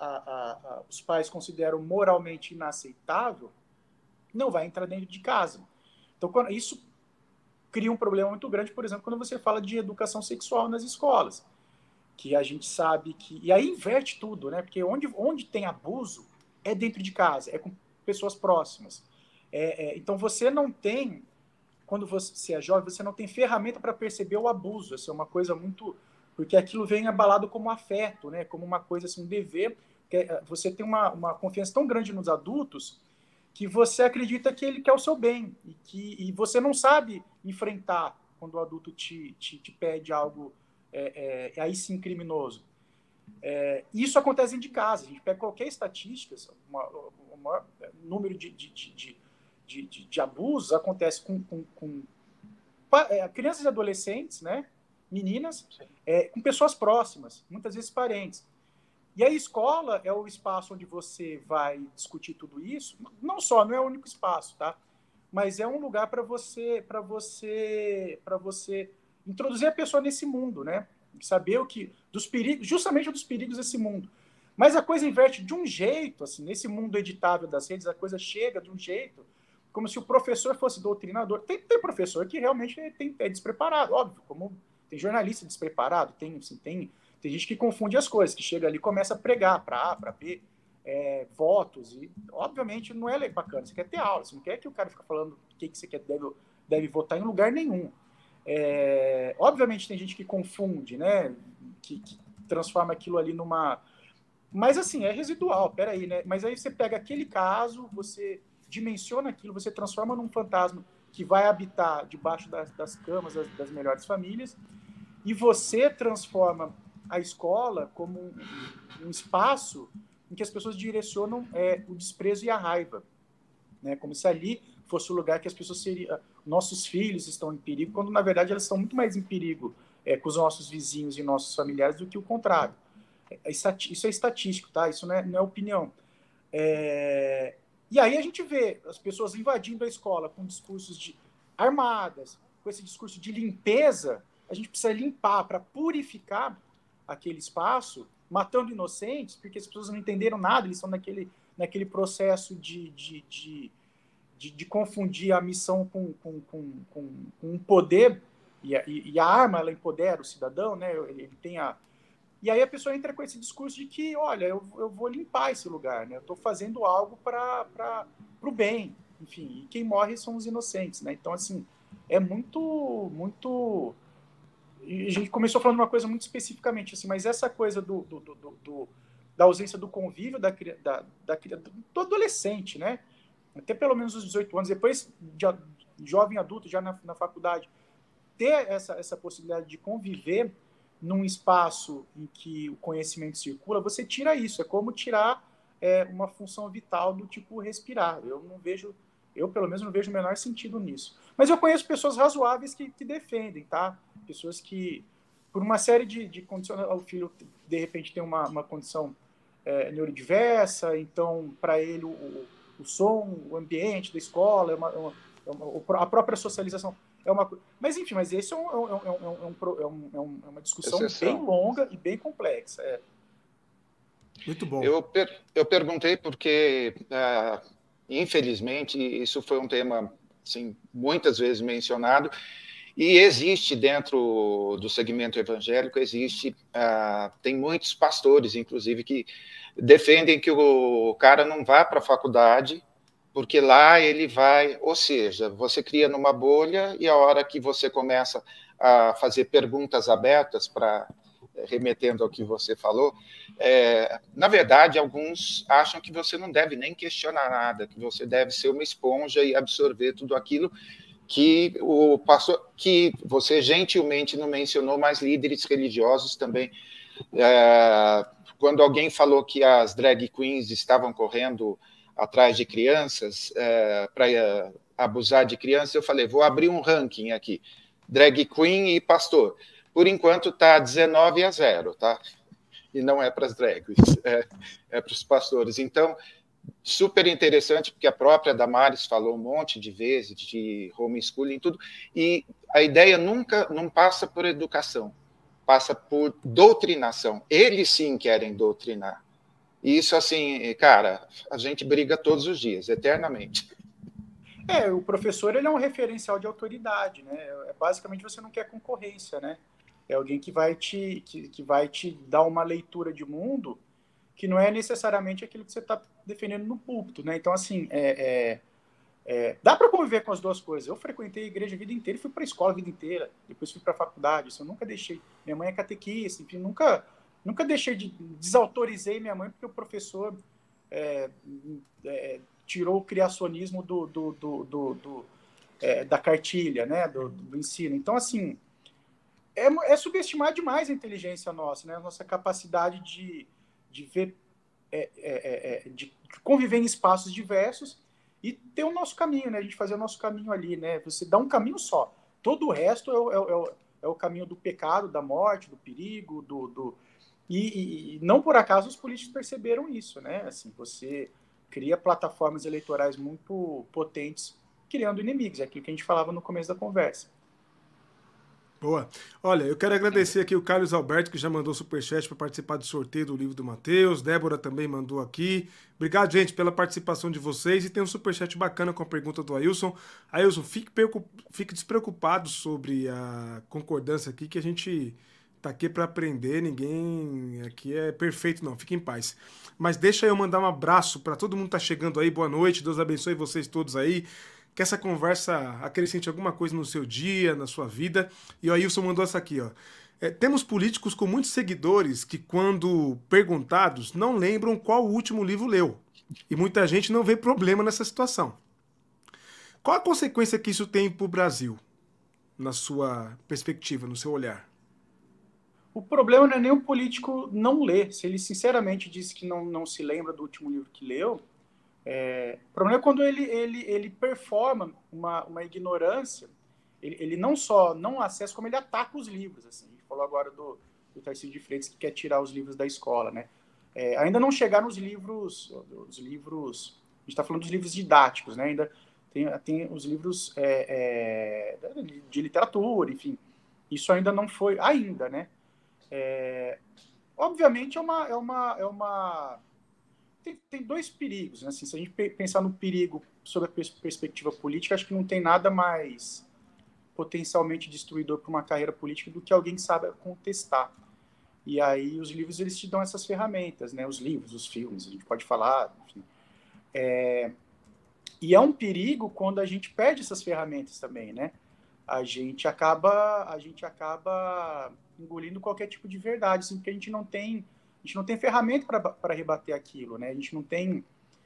C: os pais consideram moralmente inaceitável não vai entrar dentro de casa. Então, isso cria um problema muito grande, por exemplo, quando você fala de educação sexual nas escolas, que a gente sabe que... E aí inverte tudo, né? Porque onde tem abuso é dentro de casa, é com pessoas próximas. Então, você não tem... Quando você é jovem, você não tem ferramenta para perceber o abuso. Essa é uma coisa muito... Porque aquilo vem abalado como afeto, né? Como uma coisa, assim, um dever. Você tem uma confiança tão grande nos adultos que você acredita que ele quer o seu bem. E você não sabe enfrentar quando o adulto te pede algo, aí sim, criminoso. Isso acontece dentro de casa. A gente pega qualquer estatística, o maior número de abusos acontece com crianças e adolescentes, né? Meninas, com pessoas próximas, muitas vezes parentes. E a escola é o espaço onde você vai discutir tudo isso. Não é o único espaço, tá? Mas é um lugar para você introduzir a pessoa nesse mundo, né? Saber dos perigos, justamente dos perigos desse mundo. Mas a coisa inverte de um jeito, assim, nesse mundo editável das redes, a coisa chega de um jeito como se o professor fosse doutrinador. Tem professor que realmente é despreparado, óbvio, como tem jornalista despreparado, tem gente que confunde as coisas, que chega ali e começa a pregar para A, para B, votos, e obviamente não é bacana, você quer ter aula, você não quer que o cara fique falando o que você deve votar em lugar nenhum. Obviamente tem gente que confunde, né? Que transforma aquilo ali numa... Mas assim, é residual, peraí, né? Mas aí você pega aquele caso, você dimensiona aquilo, você transforma num fantasma que vai habitar debaixo das camas das melhores famílias, e você transforma a escola como um espaço em que as pessoas direcionam o desprezo e a raiva, né? Como se ali fosse o lugar que as pessoas seriam... Nossos filhos estão em perigo, quando na verdade elas estão muito mais em perigo com os nossos vizinhos e nossos familiares do que o contrário. Isso é estatístico, tá? Isso não é opinião. E aí a gente vê as pessoas invadindo a escola com discursos armadas, com esse discurso de limpeza. A gente precisa limpar para purificar aquele espaço, matando inocentes, porque as pessoas não entenderam nada, eles estão naquele processo de confundir a missão com um poder, e a arma ela empodera o cidadão, né? Ele tem a... E aí a pessoa entra com esse discurso de que, olha, eu vou limpar esse lugar, né? Eu estou fazendo algo para o bem, enfim, e quem morre são os inocentes, né? Então, assim, é muito... E a gente começou falando uma coisa muito especificamente, assim, mas essa coisa da ausência do convívio do adolescente, né? Até pelo menos os 18 anos, depois de jovem adulto, já na faculdade, ter essa possibilidade de conviver num espaço em que o conhecimento circula, você tira isso. É como tirar uma função vital do tipo respirar. Eu pelo menos não vejo o menor sentido nisso. Mas eu conheço pessoas razoáveis que defendem, tá? Pessoas que, por uma série de condições, o filho de repente tem uma condição neurodiversa, então para ele o som, o ambiente da escola, a própria socialização é uma coisa. Mas enfim, esse é uma discussão bem longa e bem complexa.
A: Muito bom.
B: Eu perguntei porque, infelizmente, isso foi um tema assim, muitas vezes mencionado, e existe dentro do segmento evangélico, tem muitos pastores, inclusive, que defendem que o cara não vá para a faculdade, porque lá ele vai, ou seja, você cria numa bolha e a hora que você começa a fazer perguntas abertas, remetendo ao que você falou, na verdade, alguns acham que você não deve nem questionar nada, que você deve ser uma esponja e absorver tudo aquilo que o pastor, que você gentilmente não mencionou, mas líderes religiosos também. Quando alguém falou que as drag queens estavam correndo atrás de crianças, para abusar de crianças, eu falei, vou abrir um ranking aqui, drag queen e pastor. Por enquanto está 19-0, tá? E não é para as drags, é para os pastores. Então, super interessante, porque a própria Damares falou um monte de vezes de homeschooling e tudo, e a ideia nunca não passa por educação, passa por doutrinação. Eles sim querem doutrinar. E isso, assim, cara, a gente briga todos os dias, eternamente.
C: O professor ele é um referencial de autoridade, né? Basicamente, você não quer concorrência, né? É alguém que vai te dar uma leitura de mundo que não é necessariamente aquilo que você está defendendo no púlpito, né? Então, assim, dá para conviver com as duas coisas. Eu frequentei a igreja a vida inteira e fui para a escola a vida inteira. Depois fui para a faculdade. Isso eu nunca deixei. Minha mãe é catequista, enfim, nunca desautorizei minha mãe porque o professor tirou o criacionismo da cartilha, né? Do ensino. Então, assim, é subestimar demais a inteligência nossa, né? A nossa capacidade de ver, de conviver em espaços diversos e ter o nosso caminho, né? A gente fazer o nosso caminho ali, né? Você dá um caminho só. Todo o resto é o caminho do pecado, da morte, do perigo, E não por acaso os políticos perceberam isso, né? Assim, você cria plataformas eleitorais muito potentes, criando inimigos. É aquilo que a gente falava no começo da conversa.
A: Boa. Olha, eu quero agradecer aqui o Carlos Alberto, que já mandou superchat para participar do sorteio do livro do Mateus. Débora também mandou aqui. Obrigado, gente, pela participação de vocês. E tem um superchat bacana com a pergunta do Ailson. Ailson, fique despreocupado sobre a concordância aqui, que a gente tá aqui para aprender. Ninguém aqui é perfeito, não. Fique em paz. Mas deixa eu mandar um abraço para todo mundo que tá chegando aí. Boa noite. Deus abençoe vocês todos aí. que essa conversa acrescente alguma coisa no seu dia, na sua vida. E o Ailson mandou essa aqui, ó. Temos políticos com muitos seguidores que, quando perguntados, não lembram qual o último livro leu. E muita gente não vê problema nessa situação. Qual a consequência que isso tem para o Brasil, na sua perspectiva, no seu olhar?
C: O problema não é nem o político não ler. Se ele sinceramente disse que não se lembra do último livro que leu, o problema é quando ele performa uma ignorância. Ele não só não acessa, como ele ataca os livros. Assim. A gente falou agora do Tarcísio de Freitas, que quer tirar os livros da escola. Né? Ainda não chegaram os livros... A gente está falando dos livros didáticos, né? Ainda tem os livros de literatura, enfim. Isso ainda não foi... Ainda, né? Obviamente tem dois perigos, né? Assim, se a gente pensar no perigo sob a perspectiva política, acho que não tem nada mais potencialmente destruidor para uma carreira política do que alguém que sabe contestar. E aí os livros, eles te dão essas ferramentas, né? Os livros, os filmes, a gente pode falar, enfim. E é um perigo quando a gente perde essas ferramentas também, né? A gente acaba engolindo qualquer tipo de verdade, assim, porque a gente não tem ferramenta para rebater aquilo, né? A gente não tem...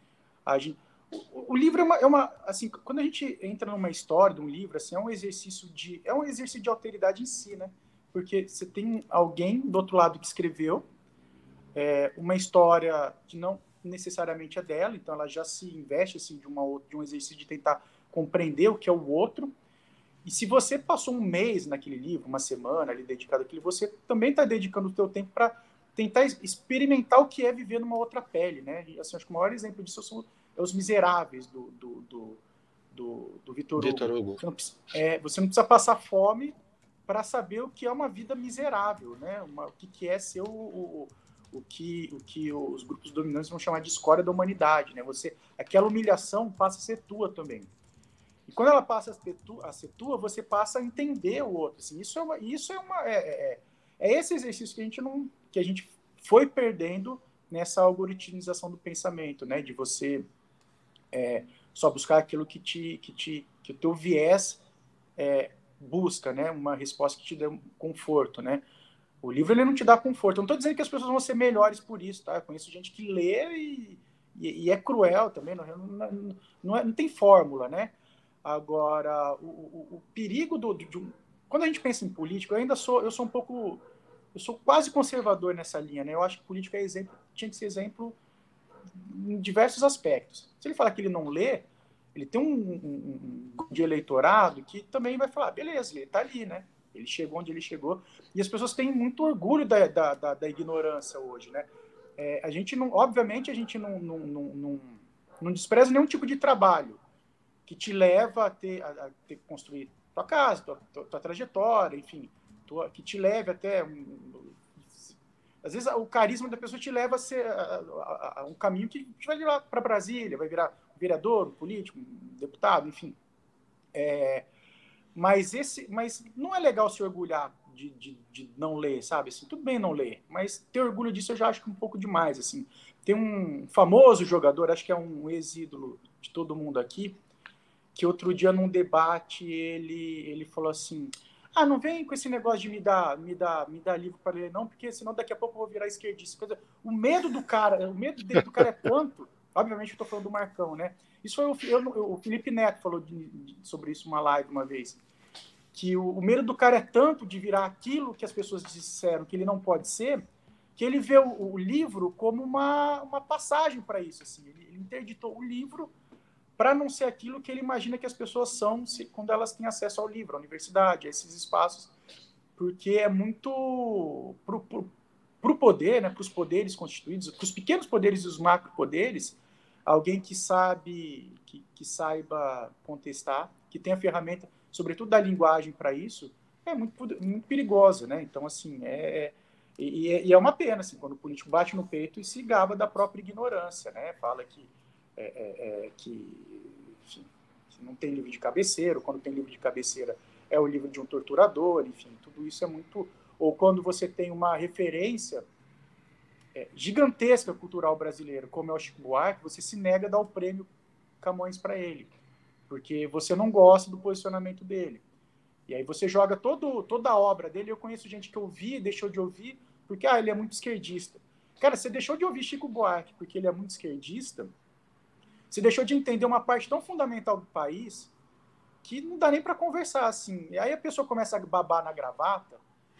C: O livro assim, quando a gente entra numa história de um livro, assim, é um exercício de alteridade em si, né? Porque você tem alguém do outro lado que escreveu uma história que não necessariamente é dela, então ela já se investe assim, de um exercício de tentar compreender o que é o outro. E se você passou um mês naquele livro, uma semana ali dedicado àquilo, você também está dedicando o seu tempo para tentar experimentar o que é viver numa outra pele, né? E, assim, acho que o maior exemplo disso são Os Miseráveis, do Victor Hugo. Você não precisa passar fome para saber o que é uma vida miserável, né? O que é ser o que os grupos dominantes vão chamar de escória da humanidade, né? Aquela humilhação passa a ser tua também. E quando ela passa a ser tua, você passa a entender o outro. Assim, é esse exercício que a gente foi perdendo nessa algoritmização do pensamento, né? De você só buscar aquilo que o teu viés busca, né? Uma resposta que te dê conforto, né? O livro ele não te dá conforto. Eu não estou dizendo que as pessoas vão ser melhores por isso, tá? Eu conheço gente que lê e é cruel também. Não tem fórmula, né? Agora, o perigo quando a gente pensa em político, eu sou um pouco... Eu sou quase conservador nessa linha, né? Eu acho que político tinha que ser exemplo em diversos aspectos. Se ele falar que ele não lê, ele tem um de eleitorado que também vai falar, beleza, ele está ali, né? Ele chegou onde ele chegou. E as pessoas têm muito orgulho da ignorância hoje, né? A gente não... Obviamente, a gente não despreza nenhum tipo de trabalho que te leva a ter que construir tua casa, tua trajetória, enfim, que te leve até... Às vezes o carisma da pessoa te leva a ser um caminho que te vai virar para Brasília, vai virar um vereador, um político, um deputado, enfim. Mas não é legal se orgulhar de não ler, sabe? Assim, tudo bem não ler, mas ter orgulho disso eu já acho que é um pouco demais. Assim. Tem um famoso jogador, acho que é um ex-ídolo de todo mundo aqui, que outro dia num debate ele falou assim: não vem com esse negócio de me dar livro para ler, não, porque senão daqui a pouco eu vou virar esquerdista. O medo do cara é tanto. Obviamente eu estou falando do Marcão, né? Isso foi o Felipe Neto falou sobre isso numa live uma vez. Que o medo do cara é tanto de virar aquilo que as pessoas disseram que ele não pode ser, que ele vê o livro como uma passagem para isso. Assim. Ele interditou o livro para não ser aquilo que ele imagina que as pessoas são quando elas têm acesso ao livro, à universidade, a esses espaços, porque é muito para o poder, né, para os poderes constituídos, para os pequenos poderes e os macropoderes, alguém que saiba contestar, que tenha ferramenta, sobretudo da linguagem para isso, é muito, muito perigosa, né? Então, assim, é uma pena, assim, quando o político bate no peito e se gaba da própria ignorância, né? Fala que enfim, não tem livro de cabeceira, quando tem livro de cabeceira é o livro de um torturador, enfim, tudo isso é muito... Ou quando você tem uma referência gigantesca cultural brasileira, como é o Chico Buarque, você se nega a dar o prêmio Camões para ele. porque você não gosta do posicionamento dele. E aí você joga toda a obra dele. Eu conheço gente que ouvia e deixou de ouvir porque ele é muito esquerdista. Cara, você deixou de ouvir Chico Buarque porque ele é muito esquerdista, você deixou de entender uma parte tão fundamental do país que não dá nem para conversar, assim. E aí a pessoa começa a babar na gravata,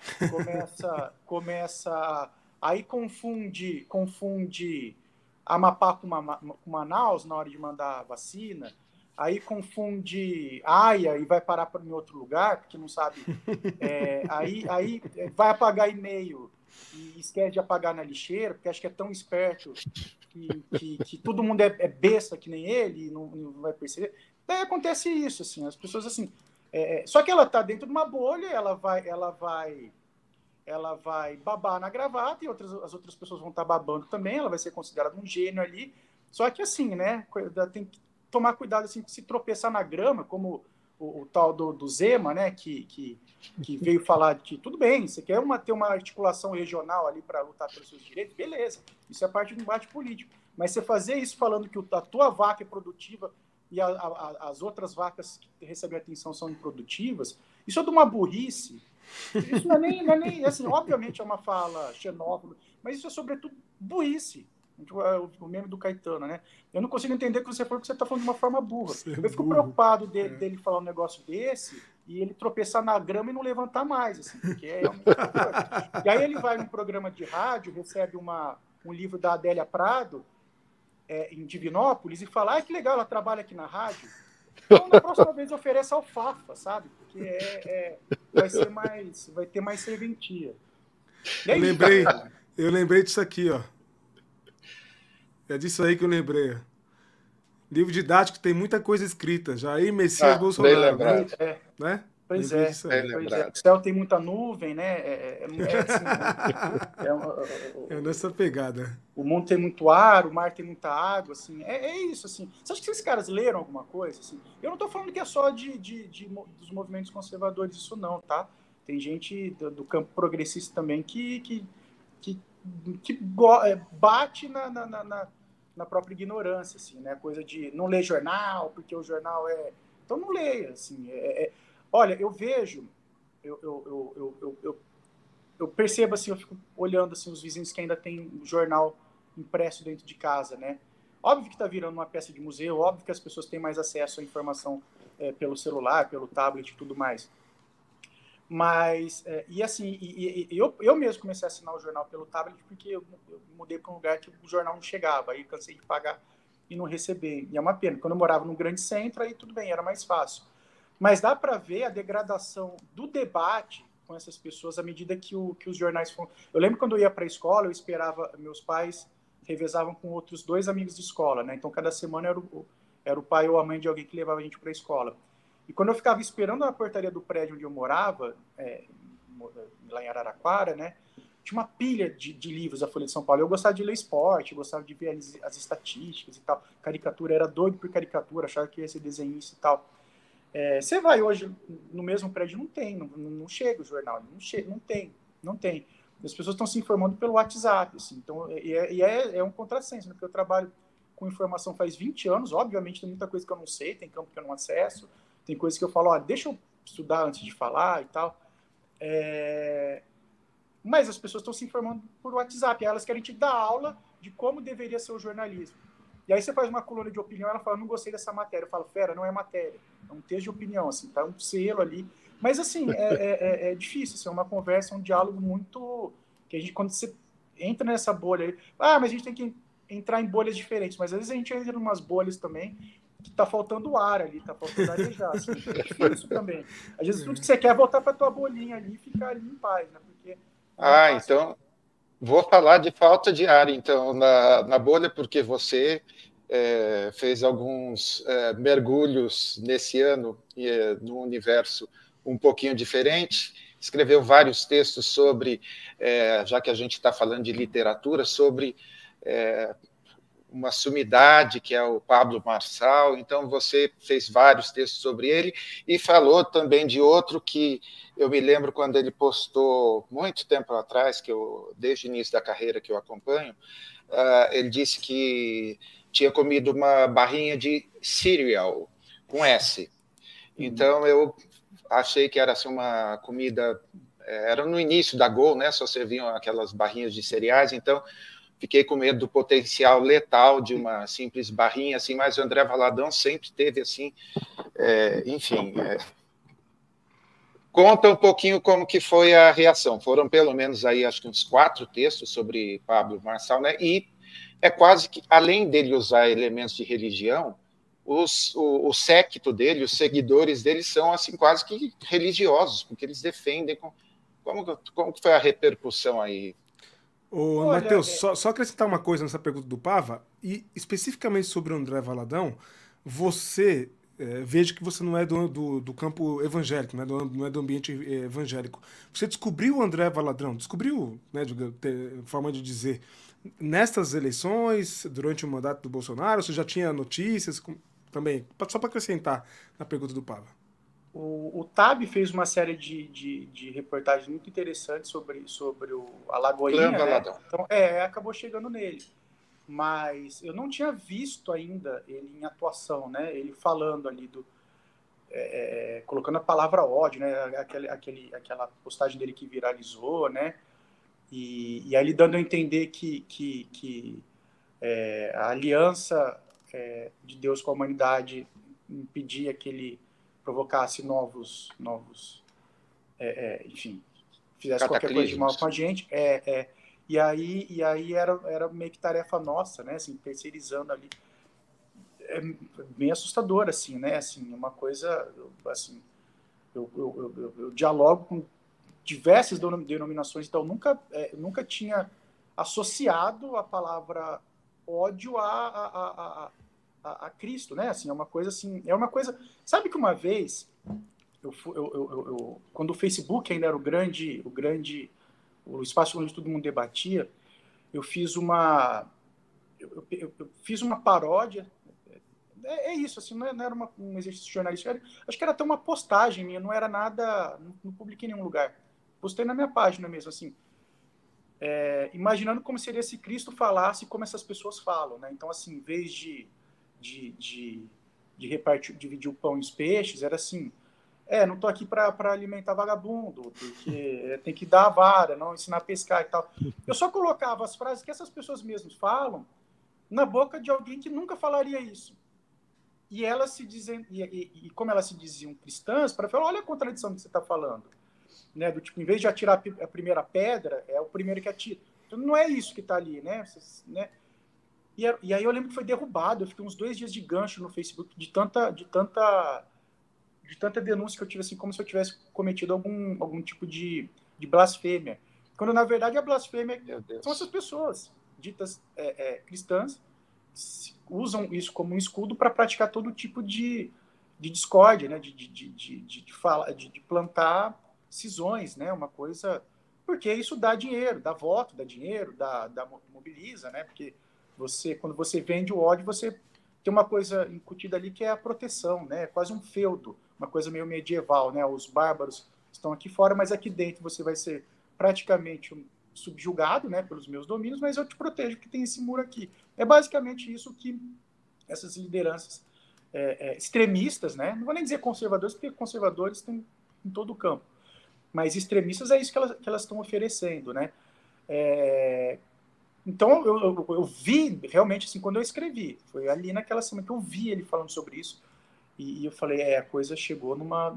C: começa aí confunde Amapá com Manaus na hora de mandar a vacina, aí confunde AIA e vai parar em outro lugar, porque não sabe. Aí vai apagar e-mail e esquece de apagar na lixeira, porque acha que é tão esperto que todo mundo é besta que nem ele e não vai perceber. Daí acontece isso, assim, as pessoas assim. Só que ela está dentro de uma bolha, ela vai babar na gravata e as outras pessoas vão estar babando também, ela vai ser considerada um gênio ali. Só que assim, né, tem que tomar cuidado, assim, se tropeçar na grama, como o tal do Zema, né, que veio falar que tudo bem, você quer ter uma articulação regional ali para lutar pelos seus direitos, beleza, isso é parte do embate político. Mas você fazer isso falando que a tua vaca é produtiva e as outras vacas que recebem atenção são improdutivas, isso é de uma burrice. Isso não é nem assim, obviamente é uma fala xenófoba, mas isso é sobretudo burrice. O meme do Caetano, né? Eu não consigo entender que você está falando de uma forma burra. Eu fico preocupado dele falar um negócio desse e ele tropeçar na grama e não levantar mais, assim, porque é realmente preocupante. E aí ele vai num programa de rádio, recebe um livro da Adélia Prado, em Divinópolis, e fala, que legal, ela trabalha aqui na rádio. Então, na próxima vez, ofereça alfafa, sabe? Porque vai ter mais serventia.
A: Eu lembrei disso aqui, ó. É disso aí que eu lembrei. Livro didático tem muita coisa escrita. Jair Messias Bolsonaro.
B: Bem lembrado.
A: Né?
C: Pois é. O céu tem muita nuvem, né?
A: É nessa pegada.
C: O mundo tem muito ar, o mar tem muita água, assim. É isso, assim. Você acha que esses caras leram alguma coisa? Assim? Eu não estou falando que é só dos movimentos conservadores, isso não, tá? Tem gente do campo progressista também que bate na própria ignorância, assim, né? Coisa de não ler jornal, porque o jornal é... Então não leia, assim. Olha, eu vejo... Eu percebo, assim, eu fico olhando, assim, os vizinhos que ainda têm jornal impresso dentro de casa, né? Óbvio que está virando uma peça de museu, óbvio que as pessoas têm mais acesso à informação pelo celular, pelo tablet e tudo mais. Mas, eu mesmo comecei a assinar o jornal pelo tablet porque eu mudei para um lugar que o jornal não chegava, aí cansei de pagar e não receber. E é uma pena. Quando eu morava num grande centro, aí tudo bem, era mais fácil. Mas dá para ver a degradação do debate com essas pessoas à medida que os jornais foram... Eu lembro quando eu ia para a escola, eu esperava... Meus pais revezavam com outros 2 amigos de escola, né? Então, cada semana era o pai ou a mãe de alguém que levava a gente para a escola. E quando eu ficava esperando na portaria do prédio onde eu morava, lá em Araraquara, né? Tinha uma pilha de livros da Folha de São Paulo. Eu gostava de ler esporte, gostava de ver as estatísticas e tal. Caricatura, era doido por caricatura, achava que ia ser desenhista e tal. Você vai hoje no mesmo prédio, não chega o jornal, não tem. As pessoas estão se informando pelo WhatsApp, assim, então, é um contrassenso, né? Porque eu trabalho com informação faz 20 anos, obviamente tem muita coisa que eu não sei, tem campo que eu não acesso, tem coisas que eu falo, deixa eu estudar antes de falar e tal, mas as pessoas estão se informando por WhatsApp, elas querem te dar aula de como deveria ser o jornalismo. E aí você faz uma coluna de opinião, ela fala, não gostei dessa matéria. Eu falo, fera, não é matéria. É um texto de opinião, assim, tá um selo ali. Mas, assim, é difícil, assim, é uma conversa, um diálogo muito... que a gente, quando você entra nessa bolha aí... mas a gente tem que entrar em bolhas diferentes. Mas, às vezes, a gente entra em umas bolhas também que tá faltando ar ali, tá faltando arejar, assim. É difícil também. Às vezes, tudo que você quer é voltar pra tua bolinha ali e ficar ali em paz, né? Porque...
B: então... Vou falar de falta de ar, então, na bolha, porque você fez alguns mergulhos nesse ano num universo um pouquinho diferente, escreveu vários textos sobre, já que a gente está falando de literatura, sobre uma sumidade, que é o Pablo Marçal. Então, você fez vários textos sobre ele e falou também de outro que eu me lembro quando ele postou, muito tempo atrás, desde o início da carreira que eu acompanho, ele disse que tinha comido uma barrinha de cereal, com S. Então, eu achei que era assim, uma comida... Era no início da Gol, né? Só serviam aquelas barrinhas de cereais, então fiquei com medo do potencial letal de uma simples barrinha, assim, mas o André Valadão sempre teve, assim, enfim... Conta um pouquinho como que foi a reação. Foram pelo menos aí, acho que uns 4 textos sobre Pablo Marçal, né? E é quase que, além dele usar elementos de religião, o séquito dele, os seguidores dele são assim quase que religiosos, porque eles defendem. Como foi a repercussão aí?
A: Ô, Matheus, só acrescentar uma coisa nessa pergunta do Pava, e especificamente sobre o André Valadão, você, veja que você não é do campo evangélico, não é do ambiente evangélico. Você descobriu o André Valadão, descobriu, né, forma de dizer, nestas eleições, durante o mandato do Bolsonaro, você já tinha notícias também? Só para acrescentar na pergunta do Pava.
C: O TAB fez uma série de reportagens muito interessantes sobre a Lagoinha, né? Então, acabou chegando nele. Mas eu não tinha visto ainda ele em atuação, né? Ele falando ali colocando a palavra ódio, né? Aquela postagem dele que viralizou, né? E aí ele dando a entender que a aliança de Deus com a humanidade impedia que ele provocasse novos enfim, fizesse qualquer coisa de mal com a gente. E aí era meio que tarefa nossa, né? Assim, terceirizando ali. É bem assustador, assim, né? Assim, uma coisa, assim, eu dialogo com diversas denominações, então nunca tinha associado a palavra ódio a Cristo, né? Assim, é uma coisa assim, sabe que uma vez quando o Facebook ainda era o espaço onde todo mundo debatia, eu fiz uma paródia. Isso, assim, não era um exercício jornalístico, acho que era até uma postagem minha, não era nada, não publiquei em nenhum lugar, postei na minha página mesmo, assim, imaginando como seria se Cristo falasse como essas pessoas falam, né? Então, assim, em vez de dividir o pão e os peixes, era assim, não tô aqui para alimentar vagabundo, porque tem que dar a vara, não ensinar a pescar e tal. Eu só colocava as frases que essas pessoas mesmas falam na boca de alguém que nunca falaria isso. E elas se dizem, e como elas se diziam cristãs, para falar, olha a contradição que você está falando, né? Do tipo, em vez de atirar a primeira pedra, é o primeiro que atira. Então não é isso que está ali, né? E aí eu lembro que foi derrubado. Eu fiquei uns 2 dias de gancho no Facebook de tanta denúncia que eu tive, assim, como se eu tivesse cometido algum tipo de blasfêmia. Quando, na verdade, a blasfêmia são essas pessoas ditas cristãs, usam isso como um escudo para praticar todo tipo de discórdia, né? de plantar cisões, né? Uma coisa... Porque isso dá dinheiro, dá voto, dá dinheiro, mobiliza, né? Porque quando você vende o ódio, você tem uma coisa incutida ali que é a proteção, né? É quase um feudo, uma coisa meio medieval, né? Os bárbaros estão aqui fora, mas aqui dentro você vai ser praticamente subjugado, né, pelos meus domínios, mas eu te protejo porque tem esse muro aqui. É basicamente isso que essas lideranças extremistas, né? Não vou nem dizer conservadores, porque conservadores tem em todo o campo, mas extremistas é isso que elas estão oferecendo, né? Então eu vi realmente, assim, quando eu escrevi, foi ali naquela semana que eu vi ele falando sobre isso, e eu falei, a coisa chegou numa...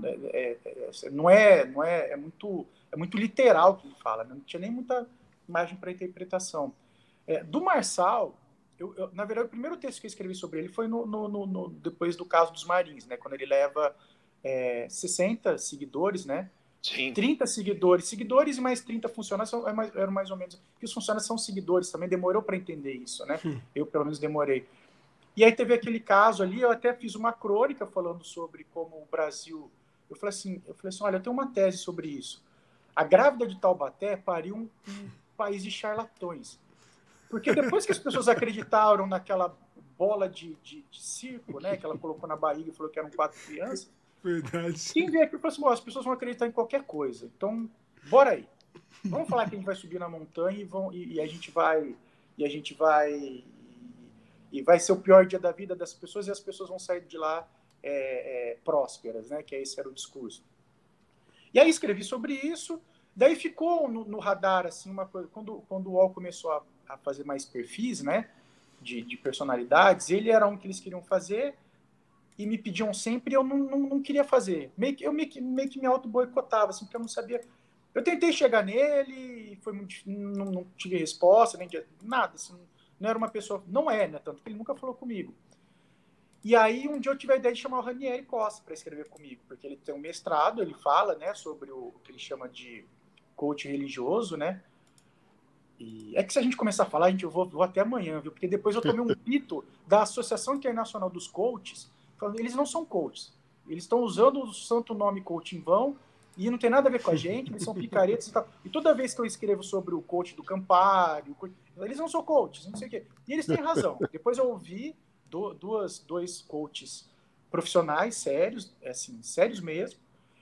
C: é muito literal o que ele fala, né? Não tinha nem muita margem para interpretação. Do Marçal, na verdade, o primeiro texto que eu escrevi sobre ele foi depois do caso dos Marins, né? Quando ele leva 60 seguidores, né?
B: Sim.
C: 30 seguidores e mais 30 funcionários, eram mais ou menos... Porque os funcionários são seguidores também, demorou para entender isso, né? Eu, pelo menos, demorei. E aí teve aquele caso ali, eu até fiz uma crônica falando sobre como o Brasil... Eu falei assim, olha, eu tenho uma tese sobre isso. A grávida de Taubaté pariu um país de charlatões. Porque depois que as pessoas acreditaram naquela bola de circo, né, que ela colocou na barriga e falou que eram 4 crianças,
A: verdade.
C: Quem vê aqui falou assim, as pessoas vão acreditar em qualquer coisa. Então, bora aí. Vamos falar que a gente vai subir na montanha e a gente vai... E vai ser o pior dia da vida das pessoas e as pessoas vão sair de lá prósperas, né? Que esse era o discurso. E aí escrevi sobre isso, daí ficou no radar, assim, uma coisa, quando o UOL começou a fazer mais perfis, né? De personalidades, ele era um que eles queriam fazer e me pediam sempre e eu não queria fazer. Eu meio que me auto-boicotava, assim, porque eu não sabia. Eu tentei chegar nele, não tive resposta, nem nada. Assim, não era uma pessoa. Não é, né? Tanto que ele nunca falou comigo. E aí, um dia eu tive a ideia de chamar o Ranieri Costa para escrever comigo, porque ele tem um mestrado, ele fala, né, sobre o que ele chama de coach religioso, né? E é que se a gente começar a falar, eu vou até amanhã, viu? Porque depois eu tomei um pito da Associação Internacional dos Coaches, falando eles não são coaches. Eles estão usando o santo nome coach em vão e não tem nada a ver com a gente, eles são picaretas e tal. E toda vez que eu escrevo sobre o coach do Campari, eles não são coaches, não sei o quê. E eles têm razão. Depois eu ouvi dois coaches profissionais, sérios, assim, sérios mesmo,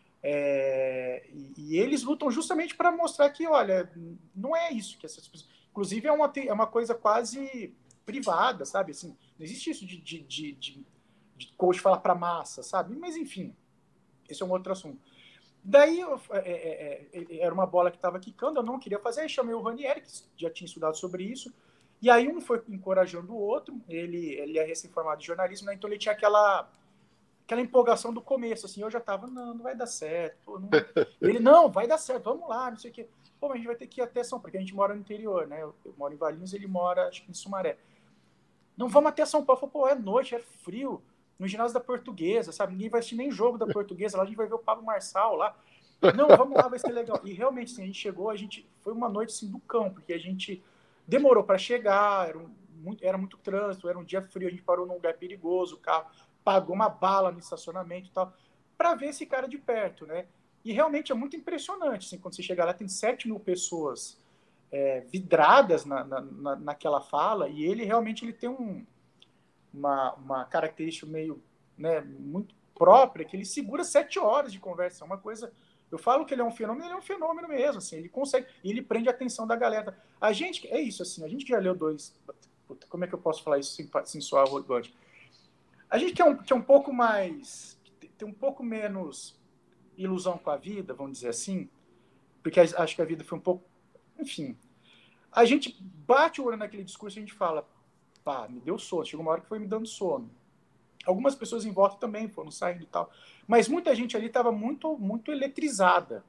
C: e eles lutam justamente para mostrar que, olha, não é isso que essas pessoas... Inclusive, é uma coisa quase privada, sabe? Assim, não existe isso de coach falar para massa, sabe? Mas, enfim, esse é um outro assunto. Daí, era uma bola que estava quicando, eu não queria fazer, aí chamei o Ranieri, que já tinha estudado sobre isso, e aí um foi encorajando o outro, ele é recém-formado de jornalismo, né? Então ele tinha aquela empolgação do começo, assim, eu já tava, não vai dar certo, pô, não... Ele, não, vai dar certo, vamos lá, não sei o quê. Pô, mas a gente vai ter que ir até São Paulo, porque a gente mora no interior, né? Eu moro em Valinhos, ele mora, acho que em Sumaré. Não, vamos até São Paulo. Pô, é noite, é frio, no ginásio da Portuguesa, sabe? Ninguém vai assistir nem jogo da Portuguesa, lá a gente vai ver o Pablo Marçal lá. Não, vamos lá, vai ser legal. E realmente, assim, a gente chegou, foi uma noite, assim, do cão, porque a gente demorou para chegar, era muito trânsito, era um dia frio, a gente parou num lugar perigoso, o carro pagou uma bala no estacionamento e tal, para ver esse cara de perto, né? E realmente é muito impressionante, assim, quando você chega lá, tem 7.000 pessoas vidradas naquela fala, e ele realmente ele tem uma característica meio, né, muito própria, que ele segura 7 horas de conversa, é uma coisa... Eu falo que ele é um fenômeno mesmo, assim, ele consegue, ele prende a atenção da galera. A gente, é isso, assim, a gente que já leu como é que eu posso falar isso sem soar arrogante? A gente que é um pouco mais, tem um pouco menos ilusão com a vida, vamos dizer assim, porque acho que a vida foi um pouco, enfim, a gente bate o olho naquele discurso e a gente fala, pá, me deu sono, chegou uma hora que foi me dando sono. Algumas pessoas em volta também foram saindo e tal, mas muita gente ali estava muito, muito eletrizada.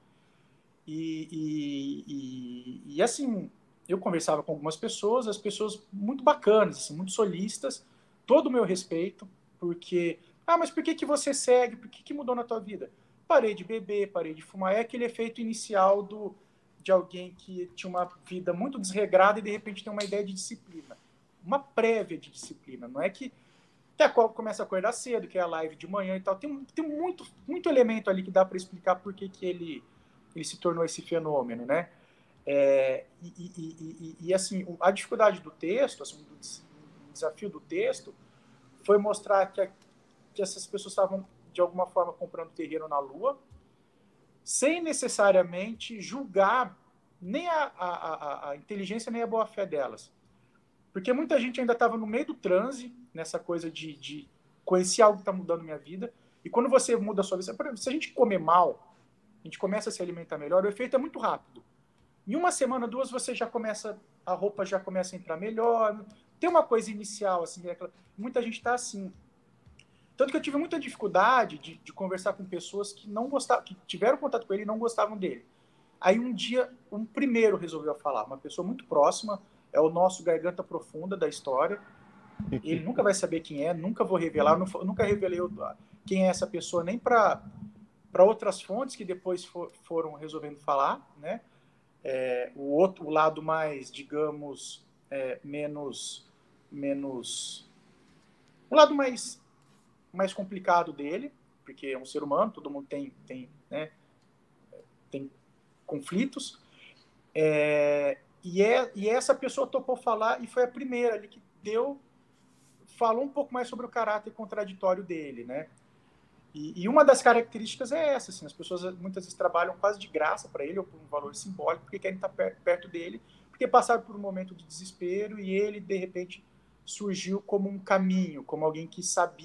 C: E assim, eu conversava com algumas pessoas, as pessoas muito bacanas, assim, muito solistas, todo o meu respeito, porque, mas por que você segue? Por que mudou na tua vida? Parei de beber, parei de fumar. É aquele efeito inicial de alguém que tinha uma vida muito desregrada e de repente tem uma ideia de disciplina. Uma prévia de disciplina. Não é que a qual começa a acordar cedo, que é a live de manhã e tal. Tem muito, muito elemento ali que dá para explicar por que ele se tornou esse fenômeno, né? E assim, a dificuldade do texto, assim, o desafio do texto, foi mostrar que essas pessoas estavam, de alguma forma, comprando terreno na Lua, sem necessariamente julgar nem a inteligência nem a boa-fé delas. Porque muita gente ainda estava no meio do transe, nessa coisa de conhecer algo que está mudando minha vida, e quando você muda a sua vida, por exemplo, se a gente comer mal, a gente começa a se alimentar melhor, o efeito é muito rápido. Em uma semana, 2, você já começa, a roupa já começa a entrar melhor, tem uma coisa inicial, assim, muita gente está assim. Tanto que eu tive muita dificuldade de conversar com pessoas que não gostavam, que tiveram contato com ele e não gostavam dele. Aí um dia, um primeiro resolveu falar, uma pessoa muito próxima, é o nosso garganta profunda da história. Ele nunca vai saber quem é, nunca vou revelar, nunca revelei quem é essa pessoa, nem para outras fontes que depois foram resolvendo falar, né? O lado mais, digamos, menos o lado mais complicado dele, porque é um ser humano, todo mundo tem conflitos, e essa pessoa topou falar e foi a primeira ali que falou um pouco mais sobre o caráter contraditório dele, né? E uma das características é essa, assim, as pessoas muitas vezes trabalham quase de graça para ele, ou por um valor simbólico, porque querem estar perto dele, porque passaram por um momento de desespero e ele, de repente, surgiu como um caminho, como alguém que sabia,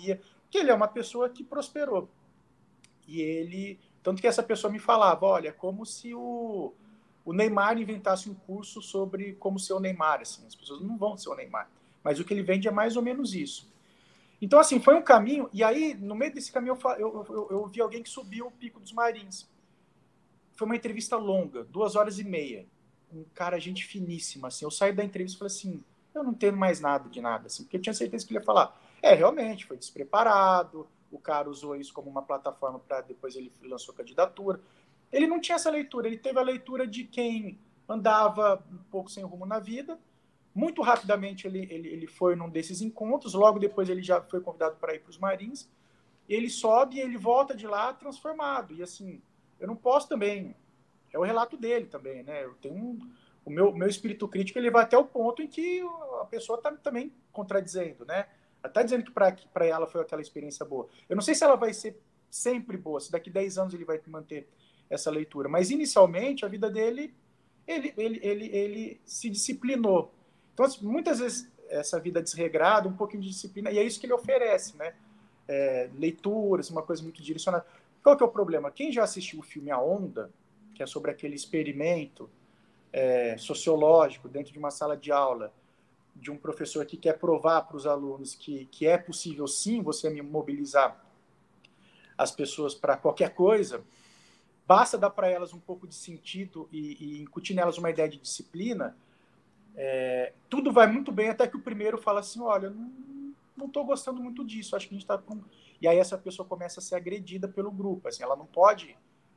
C: que ele é uma pessoa que prosperou. E ele... Tanto que essa pessoa me falava, olha, é como se o Neymar inventasse um curso sobre como ser o Neymar. Assim, as pessoas não vão ser o Neymar. Mas o que ele vende é mais ou menos isso. Então, assim, foi um caminho... E aí, no meio desse caminho, eu vi alguém que subiu o Pico dos Marins. Foi uma entrevista longa, 2h30. Um cara, gente finíssima, assim. Eu saí da entrevista e falei assim, eu não tenho mais nada de nada, assim. Porque eu tinha certeza que ele ia falar, realmente, foi despreparado, o cara usou isso como uma plataforma para depois ele lançou candidatura. Ele não tinha essa leitura, ele teve a leitura de quem andava um pouco sem rumo na vida. Muito rapidamente ele foi num desses encontros, logo depois ele já foi convidado para ir para os Marins. Ele sobe e ele volta de lá transformado. E assim, eu não posso também... É o relato dele também, né? Eu tenho o meu espírito crítico, ele vai até o ponto em que a pessoa está também contradizendo, né? Ela está dizendo que para ela foi aquela experiência boa. Eu não sei se ela vai ser sempre boa, se daqui 10 anos ele vai manter essa leitura. Mas, inicialmente, a vida dele, ele se disciplinou. Então, muitas vezes, essa vida desregrada, um pouquinho de disciplina, e é isso que ele oferece, né? Leituras, uma coisa muito direcionada. Qual que é o problema? Quem já assistiu o filme A Onda, que é sobre aquele experimento sociológico dentro de uma sala de aula, de um professor que quer provar para os alunos que é possível, sim, você mobilizar as pessoas para qualquer coisa, basta dar para elas um pouco de sentido e incutir nelas uma ideia de disciplina, tudo vai muito bem até que o primeiro fala assim, olha, não estou gostando muito disso, acho que a gente está com... E aí essa pessoa começa a ser agredida pelo grupo, assim, ela não pode,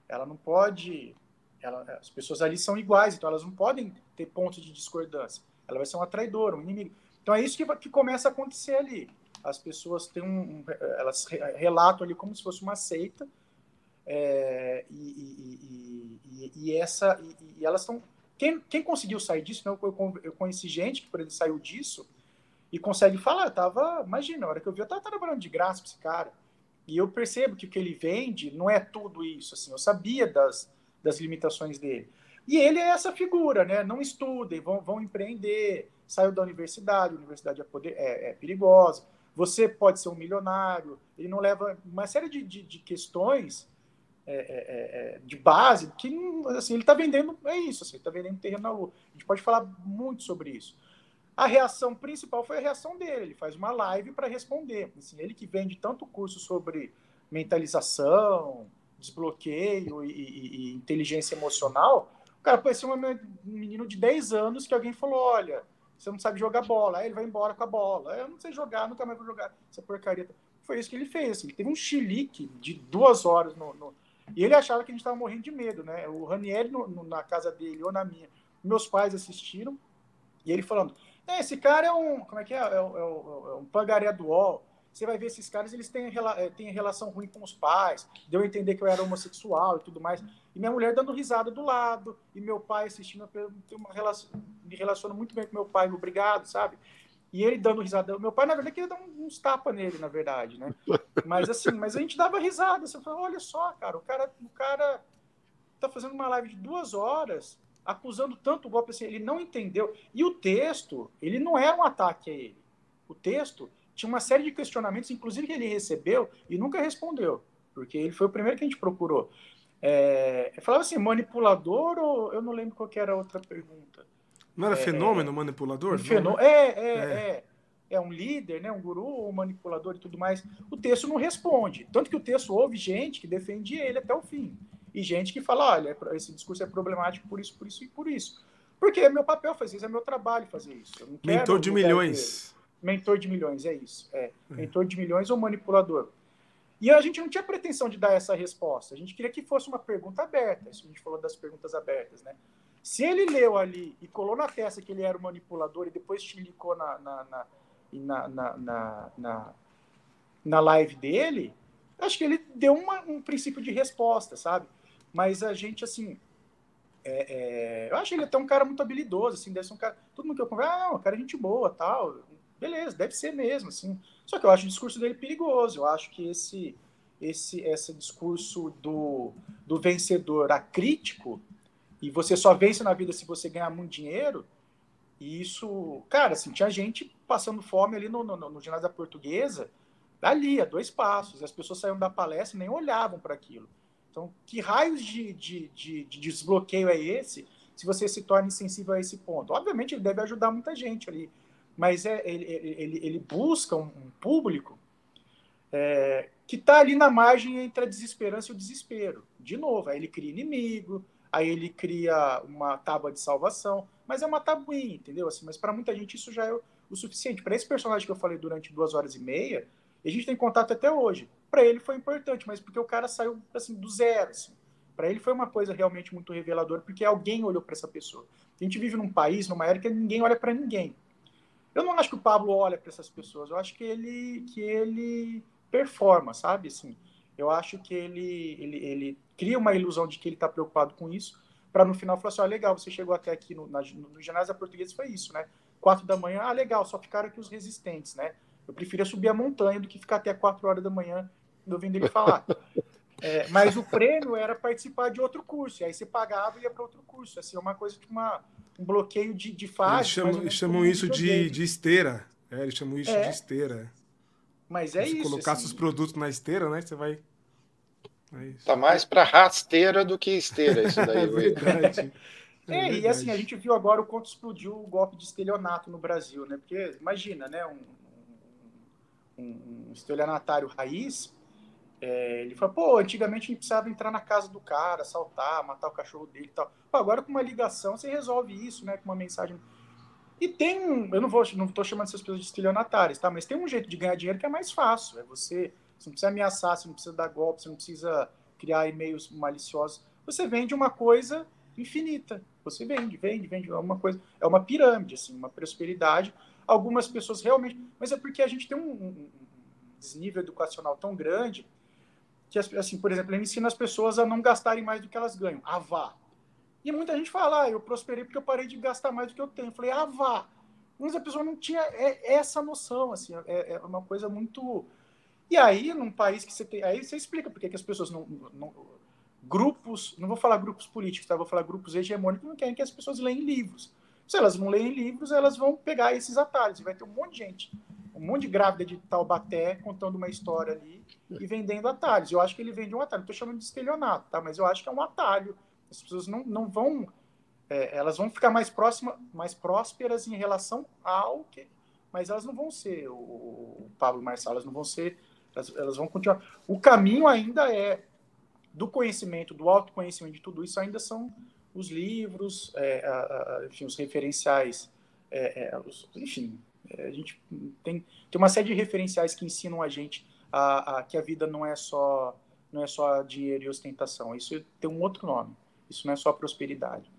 C: as pessoas ali são iguais, então elas não podem ter pontos de discordância, ela vai ser uma traidora, um inimigo. Então é isso que começa a acontecer ali. As pessoas têm elas relatam ali como se fosse uma seita, e elas estão... Quem conseguiu sair disso, né? Eu conheci gente que, por exemplo, saiu disso e consegue falar, imagina, a hora que eu vi, eu estava trabalhando de graça para esse cara, e eu percebo que o que ele vende não é tudo isso, assim, eu sabia das limitações dele. E ele é essa figura, né? Não estudem, vão empreender, saiu da universidade, a universidade é perigosa, você pode ser um milionário, ele não leva uma série de questões de base que, assim, ele está vendendo, isso, assim, ele está vendendo terreno na lua. A gente pode falar muito sobre isso. A reação principal foi a reação dele, ele faz uma live para responder. Assim, ele que vende tanto curso sobre mentalização, desbloqueio e inteligência emocional, o cara parecia um menino de 10 anos que alguém falou, olha, você não sabe jogar bola, aí ele vai embora com a bola, eu não sei jogar, nunca mais vou jogar essa porcaria. Foi isso que ele fez, assim, ele teve um chilique de 2 horas e ele achava que a gente estava morrendo de medo, né? O Ranieri na casa dele ou na minha, meus pais assistiram, e ele falando, esse cara é um, como é que é? É um pangaré do UOL. Você vai ver esses caras, eles têm relação ruim com os pais, deu a entender que eu era homossexual e tudo mais. E minha mulher dando risada do lado, e meu pai assistindo, me relaciono muito bem com meu pai, obrigado, sabe? E ele dando risada. Meu pai, na verdade, queria dar uns tapas nele, na verdade, né? Mas assim, a gente dava risada. Você falou, olha só, cara, o cara tá fazendo uma live de 2 horas, acusando tanto o golpe, assim, ele não entendeu. E o texto, ele não era um ataque a ele. O texto tinha uma série de questionamentos, inclusive que ele recebeu e nunca respondeu, porque ele foi o primeiro que a gente procurou. Eu falava assim, manipulador, ou eu não lembro qual que era a outra pergunta.
A: Não era fenômeno manipulador?
C: Um líder, né, um guru, um manipulador e tudo mais. O texto não responde. Tanto que o texto houve gente que defende ele até o fim. E gente que fala, olha, esse discurso é problemático por isso, por isso e por isso. Porque é meu papel fazer isso, é meu trabalho fazer isso. Eu não quero
A: mentor de milhões.
C: Mentor de milhões, é isso. Mentor de milhões ou manipulador. E a gente não tinha pretensão de dar essa resposta. A gente queria que fosse uma pergunta aberta. Isso a gente falou das perguntas abertas, né? Se ele leu ali e colou na testa que ele era o manipulador e depois chilicou na live dele, acho que ele deu um princípio de resposta, sabe? Mas a gente, assim, eu acho ele até um cara muito habilidoso, assim, deve ser um cara... Todo mundo que eu converso, um cara de gente boa, tal, beleza, deve ser mesmo, assim. Só que eu acho o discurso dele perigoso, eu acho que esse discurso do vencedor acrítico, e você só vence na vida se você ganhar muito dinheiro, e isso... Cara, assim, tinha gente passando fome ali no ginásio da Portuguesa, dali, a 2 passos. As pessoas saíam da palestra e nem olhavam para aquilo. Então, que raios de desbloqueio é esse, se você se torna insensível a esse ponto? Obviamente, ele deve ajudar muita gente ali, mas ele busca um público que está ali na margem entre a desesperança e o desespero. De novo, aí ele cria inimigo, aí ele cria uma tábua de salvação, mas é uma tabuinha, entendeu? Assim, mas para muita gente isso já é o suficiente. Para esse personagem que eu falei durante 2 horas e meia, a gente tem contato até hoje. Para ele foi importante, mas porque o cara saiu assim, do zero. Assim. Para ele foi uma coisa realmente muito reveladora, porque alguém olhou para essa pessoa. A gente vive num país, numa era que ninguém olha para ninguém. Eu não acho que o Pablo olha para essas pessoas, eu acho que ele performa, sabe? Assim, eu acho que ele cria uma ilusão de que ele está preocupado com isso, para no final falar assim, legal, você chegou até aqui no ginásio português, foi isso, né? 4 da manhã, legal, só ficaram aqui os resistentes, né? Eu preferia subir a montanha do que ficar até 4 horas da manhã ouvindo ele falar. Mas o prêmio era participar de outro curso, e aí você pagava e ia para outro curso. Assim, é uma coisa tipo um bloqueio de fase.
A: Eles chamam isso de esteira. Eles chamam isso de esteira.
C: Mas
A: Se colocar seus produtos na esteira, né? Você vai...
B: Tá mais para rasteira do que esteira isso daí.
A: É verdade.
C: E assim, a gente viu agora o quanto explodiu o golpe de estelionato no Brasil, né? Porque, imagina, né? Um estelionatário raiz, ele fala, pô, antigamente a gente precisava entrar na casa do cara, assaltar, matar o cachorro dele e tal. Pô, agora com uma ligação você resolve isso, né? Com uma mensagem... E tem eu não estou chamando essas pessoas de estelionatárias, tá? Mas tem um jeito de ganhar dinheiro que é mais fácil. Você não precisa ameaçar, você não precisa dar golpe, você não precisa criar e-mails maliciosos. Você vende uma coisa infinita. Você vende uma coisa. É uma pirâmide, assim, uma prosperidade. Algumas pessoas realmente... Mas é porque a gente tem um desnível educacional tão grande que, assim, por exemplo, ele ensina as pessoas a não gastarem mais do que elas ganham. Vá. E muita gente fala, eu prosperei porque eu parei de gastar mais do que eu tenho. Eu falei, vá. Mas a pessoa não tinha essa noção, assim, é uma coisa muito... E aí, num país que você tem... Aí você explica por que as pessoas não... Grupos, não vou falar grupos políticos, tá? Vou falar grupos hegemônicos que não querem que as pessoas leem livros. Se elas não leem livros, elas vão pegar esses atalhos. E vai ter um monte de gente, um monte de grávida de Taubaté contando uma história ali e vendendo atalhos. Eu acho que ele vende um atalho. Não estou chamando de estelionato, tá? Mas eu acho que é um atalho. As pessoas não vão... elas vão ficar mais prósperas em relação ao que... Mas elas não vão ser o Pablo Marçal, elas não vão ser... Elas vão continuar. O caminho ainda é do conhecimento, do autoconhecimento de tudo isso, ainda são os livros, enfim, os referenciais, enfim, a gente tem uma série de referenciais que ensinam a gente que a vida não é só dinheiro e ostentação. Isso tem um outro nome. Isso não é só prosperidade.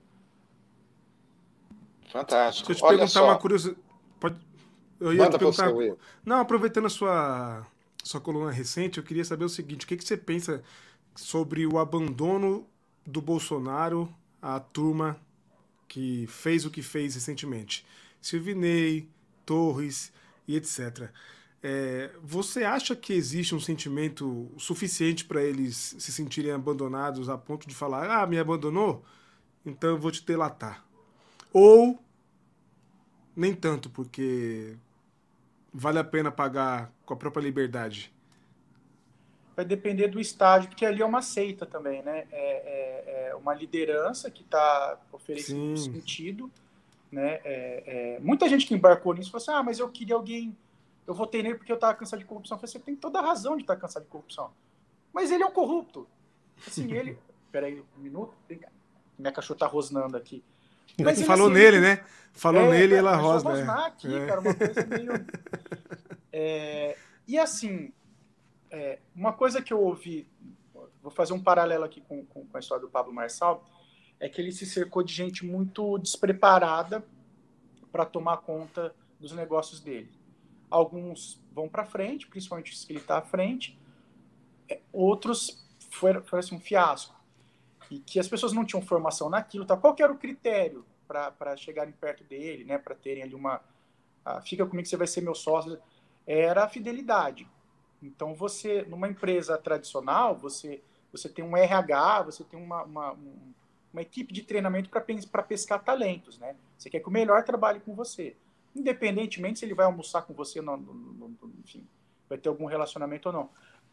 B: Fantástico.
A: Deixa eu te perguntar uma curiosidade. Eu ia te perguntar. Não, aproveitando a sua coluna recente, eu queria saber o seguinte: o que você pensa sobre o abandono do Bolsonaro à turma que fez o que fez recentemente? Silvinei, Torres e etc. Você acha que existe um sentimento suficiente para eles se sentirem abandonados a ponto de falar, me abandonou? Então eu vou te delatar. Ou nem tanto, porque vale a pena pagar com a própria liberdade?
C: Vai depender do estágio, porque ali é uma seita também, né? É uma liderança que está oferecendo um sentido, né? Muita gente que embarcou nisso falou assim, mas eu queria alguém, eu votei nele porque eu estava cansado de corrupção. Eu falei, você tem toda a razão de estar cansado de corrupção. Mas ele é um corrupto. Assim, ele... Peraí, um minuto. Minha cachorra tá rosnando aqui.
A: Mas ele, falou assim, nele, né? Falou nele e ela rosna.
C: Rosnar aqui, cara, uma coisa meio... E assim... uma coisa que eu ouvi, vou fazer um paralelo aqui com a história do Pablo Marçal, é que ele se cercou de gente muito despreparada para tomar conta dos negócios dele. Alguns vão para frente, principalmente os que ele está à frente, outros foram assim, um fiasco. E que as pessoas não tinham formação naquilo. Tá? Qual que era o critério para chegarem perto dele, né? Para terem ali uma... fica comigo que você vai ser meu sócio. Era a fidelidade. Então, você, numa empresa tradicional, você tem um RH, você tem uma equipe de treinamento para pescar talentos, né? Você quer que o melhor trabalhe com você. Independentemente se ele vai almoçar com você, enfim, vai ter algum relacionamento ou não.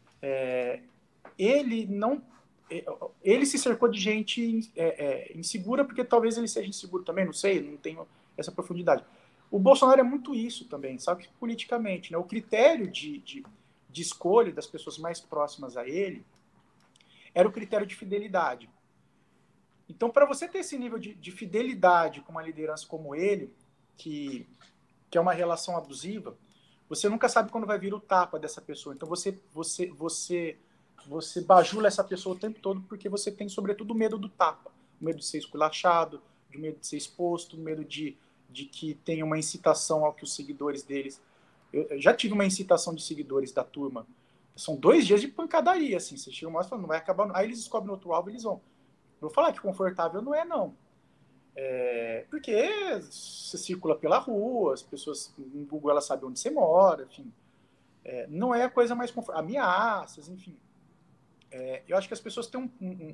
C: Ele se cercou de gente insegura, porque talvez ele seja inseguro também, não sei, não tenho essa profundidade. O Bolsonaro é muito isso também, sabe, politicamente, né? O critério de escolha das pessoas mais próximas a ele era o critério de fidelidade. Então, para você ter esse nível de fidelidade com uma liderança como ele, que é uma relação abusiva, você nunca sabe quando vai vir o tapa dessa pessoa. Então, você bajula essa pessoa o tempo todo porque você tem, sobretudo, medo do tapa. O medo de ser esculachado, o medo de ser exposto, o medo de que tenha uma incitação ao que os seguidores deles... Eu já tive uma incitação de seguidores da turma. São 2 dias de pancadaria, assim. Você chega uma hora e fala, não vai acabar... Aí eles descobrem outro alvo, eles vão. Vou falar que confortável não é, não. Porque você circula pela rua, as pessoas no Google elas sabem onde você mora, enfim. Não é a coisa mais confortável. Ameaças, enfim. Eu acho que as pessoas têm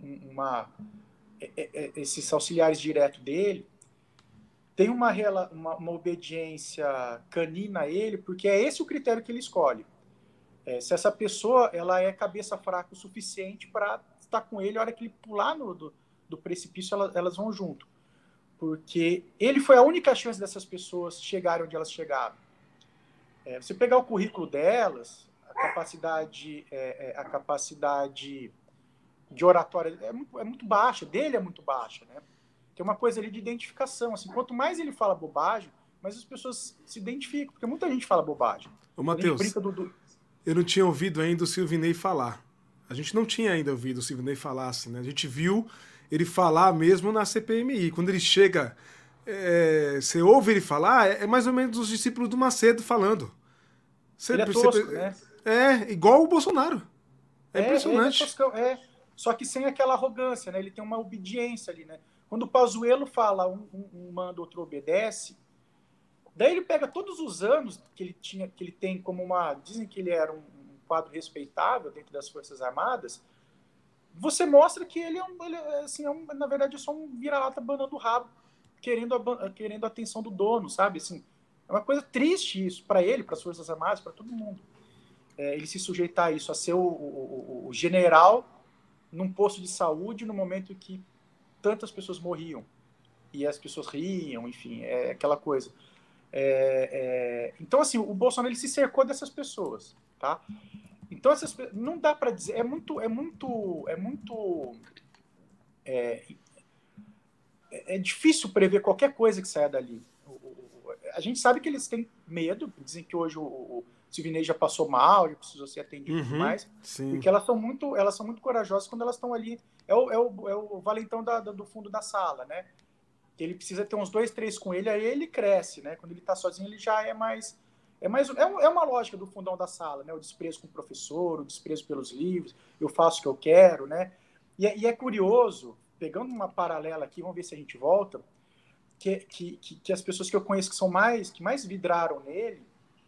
C: esses auxiliares diretos dele tem uma obediência canina a ele, porque é esse o critério que ele escolhe. Se essa pessoa ela é cabeça fraca o suficiente para estar com ele, a hora que ele pular do precipício, elas vão junto. Porque ele foi a única chance dessas pessoas chegarem onde elas chegaram. Você pegar o currículo delas, a capacidade de oratória é muito baixa, dele é muito baixa, né? Tem uma coisa ali de identificação. Assim, quanto mais ele fala bobagem, mais as pessoas se identificam, porque muita gente fala bobagem.
A: Ô, Matheus, eu não tinha ouvido ainda o Silvinei falar. A gente não tinha ainda ouvido o Silvinei falar assim, né? A gente viu ele falar mesmo na CPMI. Quando ele chega, você ouve ele falar, é mais ou menos os discípulos do Macedo falando.
C: Ele é tosco, né?
A: Igual o Bolsonaro. É impressionante.
C: Ele é toscão, só que sem aquela arrogância, né? Ele tem uma obediência ali, né? Quando o Pazuello fala, um manda, outro obedece, daí ele pega todos os anos que ele tem como dizem que ele era um quadro respeitável dentro das Forças Armadas, você mostra que ele na verdade, é só um vira-lata banando o rabo, querendo a atenção do dono, sabe? Assim, é uma coisa triste isso, para ele, para as Forças Armadas, para todo mundo. Ele se sujeitar a isso, a ser o general num posto de saúde no momento que tantas pessoas morriam e as pessoas riam, enfim, aquela coisa. Então, assim, o Bolsonaro ele se cercou dessas pessoas, tá? Então, não dá para dizer, é difícil prever qualquer coisa que saia dali. A gente sabe que eles têm medo, dizem que hoje o Silvinei já passou mal, já precisou ser atendido e tudo mais, porque elas são muito corajosas quando elas estão ali. É o valentão do fundo da sala, né? Que ele precisa ter uns 2, 3 com ele, aí ele cresce, né? Quando ele tá sozinho, ele já é uma lógica do fundão da sala, né? O desprezo com o professor, o desprezo pelos livros, eu faço o que eu quero, né? E é curioso, pegando uma paralela aqui, vamos ver se a gente volta, que as pessoas que eu conheço que mais vidraram nele,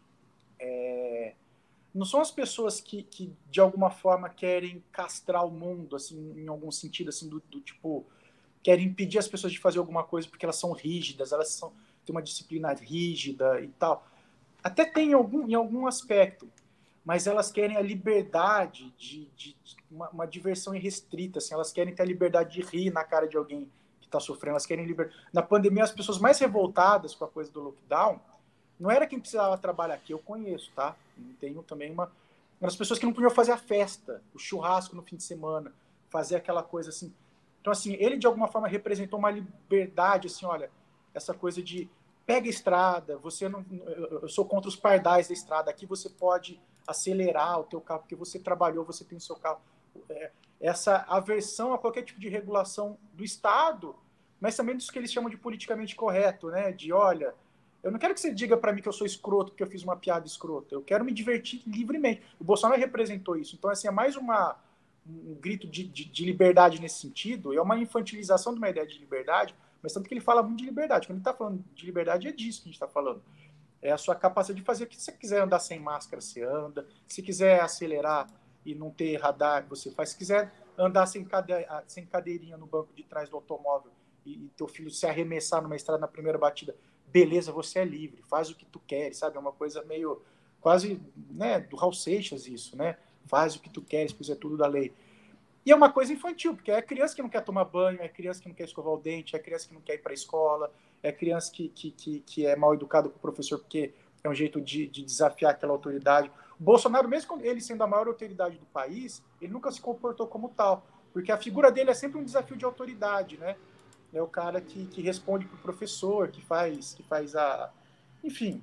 C: não são as pessoas que de alguma forma querem castrar o mundo, assim, em algum sentido, assim, do tipo, querem impedir as pessoas de fazer alguma coisa porque elas são rígidas, têm uma disciplina rígida e tal. Até tem em algum aspecto, mas elas querem a liberdade de uma diversão irrestrita, assim, elas querem ter a liberdade de rir na cara de alguém que está sofrendo, elas querem liberdade. Na pandemia, as pessoas mais revoltadas com a coisa do lockdown não era quem precisava trabalhar aqui, eu conheço, tá? Tenho também eram as pessoas que não podiam fazer a festa, o churrasco no fim de semana, fazer aquela coisa assim. Então, assim, ele de alguma forma representou uma liberdade, assim, olha, essa coisa de pega a estrada, eu sou contra os pardais da estrada, aqui você pode acelerar o teu carro, porque você trabalhou, você tem o seu carro. Essa aversão a qualquer tipo de regulação do Estado, mas também dos que eles chamam de politicamente correto, né? De, olha, eu não quero que você diga para mim que eu sou escroto porque eu fiz uma piada escrota, eu quero me divertir livremente. O Bolsonaro representou isso. Então, assim, é mais um grito de liberdade nesse sentido, é uma infantilização de uma ideia de liberdade, mas tanto que ele fala muito de liberdade. Quando ele está falando de liberdade, é disso que a gente está falando. É a sua capacidade de fazer o que você quiser. Andar sem máscara, você anda. Se quiser acelerar e não ter radar, você faz. Se quiser andar sem cadeirinha no banco de trás do automóvel e teu filho se arremessar numa estrada na primeira batida, beleza, você é livre, faz o que tu quer, sabe? É uma coisa meio quase, né, do Raul Seixas isso, né? Faz o que tu queres, pois é tudo da lei. E é uma coisa infantil, porque é criança que não quer tomar banho, é criança que não quer escovar o dente, é criança que não quer ir para a escola, é criança que é mal educada com o professor porque é um jeito de desafiar aquela autoridade. O Bolsonaro, mesmo ele sendo a maior autoridade do país, ele nunca se comportou como tal, porque a figura dele é sempre um desafio de autoridade, né? É o cara que responde para o professor, que faz a... Enfim.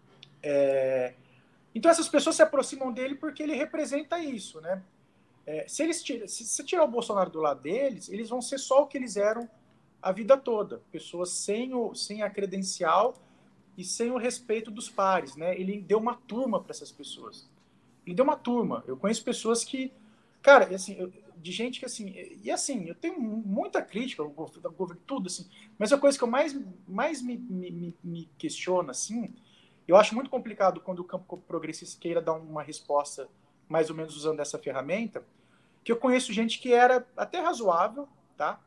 C: Então essas pessoas se aproximam dele porque ele representa isso, né? Se tirar o Bolsonaro do lado deles, eles vão ser só o que eles eram a vida toda. Pessoas sem a credencial e sem o respeito dos pares, né? Ele deu uma turma para essas pessoas. Ele deu uma turma. Eu conheço pessoas que... Cara, assim, de gente que, assim... E, assim, eu tenho muita crítica ao governo, tudo, assim. Mas a coisa que eu mais me questiono, assim... Eu acho muito complicado quando o campo progressista queira dar uma resposta mais ou menos usando essa ferramenta, que eu conheço gente que era até razoável, tá?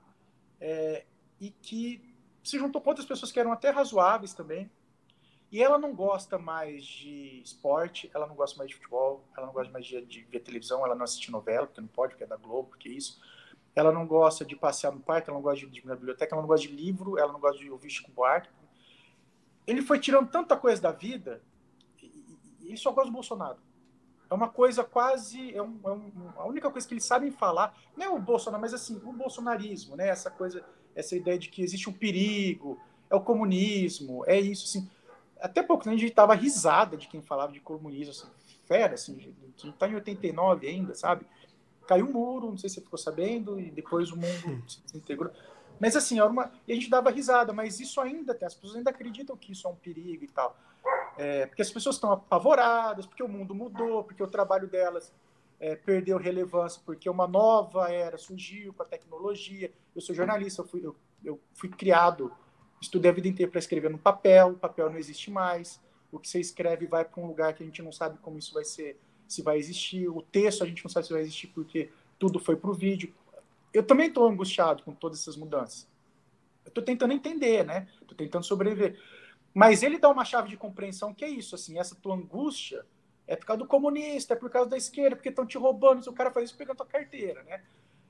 C: E que se juntou com outras pessoas que eram até razoáveis também, e ela não gosta mais de esporte, ela não gosta mais de futebol, ela não gosta mais de ver televisão, ela não assiste novela, porque não pode, porque é da Globo, porque é isso. Ela não gosta de passear no parque, ela não gosta de ir na biblioteca, ela não gosta de livro, ela não gosta de ouvir Chico Buarque. Ele foi tirando tanta coisa da vida, e ele só gosta do Bolsonaro. É uma coisa quase... a única coisa que eles sabem falar, não é o Bolsonaro, mas assim, o bolsonarismo, né? Essa coisa, essa ideia de que existe um perigo, é o comunismo, é isso, assim. Até pouco tempo a gente tava risada de quem falava de comunismo, assim, fera, assim, a gente tá em 89 ainda, sabe? Caiu um muro, não sei se você ficou sabendo, e depois o mundo se desintegrou. Mas assim, e a gente dava risada, mas isso ainda tem, as pessoas ainda acreditam que isso é um perigo e tal. Porque as pessoas estão apavoradas, porque o mundo mudou, porque o trabalho delas perdeu relevância, porque uma nova era surgiu com a tecnologia. Eu sou jornalista, eu fui criado, estudei a vida inteira para escrever no papel, o papel não existe mais, o que você escreve vai para um lugar que a gente não sabe como isso vai ser, se vai existir, o texto a gente não sabe se vai existir porque tudo foi para o vídeo. Eu também estou angustiado com todas essas mudanças. Eu estou tentando entender, né? Estou tentando sobreviver. Mas ele dá uma chave de compreensão que é isso, assim, essa tua angústia é por causa do comunista, é por causa da esquerda, porque estão te roubando. O cara faz isso pegando tua carteira, né?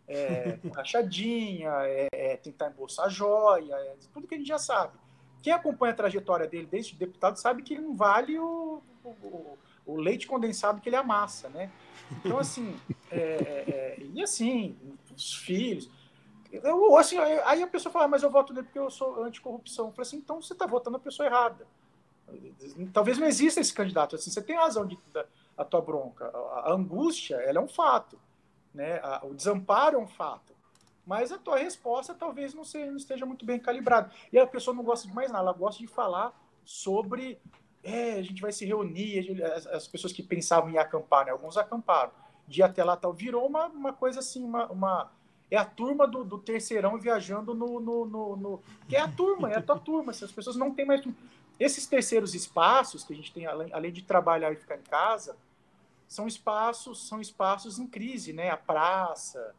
C: Rachadinha, tentar embolsar joia, tudo que a gente já sabe. Quem acompanha a trajetória dele desde deputado sabe que ele não vale o leite condensado que ele amassa, né? Então, assim, e assim, os filhos... assim, aí a pessoa fala, mas eu voto nele porque eu sou anticorrupção. Eu falei assim, então você está votando a pessoa errada. Talvez não exista esse candidato. Assim, você tem razão a tua bronca. A angústia, ela é um fato. Né? O desamparo é um fato. Mas a tua resposta talvez não esteja muito bem calibrada. E a pessoa não gosta de mais nada. Ela gosta de falar sobre... a gente vai se reunir. As pessoas que pensavam em acampar, né? Alguns acamparam. De ir até lá, tal. Virou uma coisa assim, é a turma do terceirão viajando que é a turma, é a tua turma. As pessoas não têm mais... Esses terceiros espaços que a gente tem, além de trabalhar e ficar em casa, são espaços em crise, né? A praça,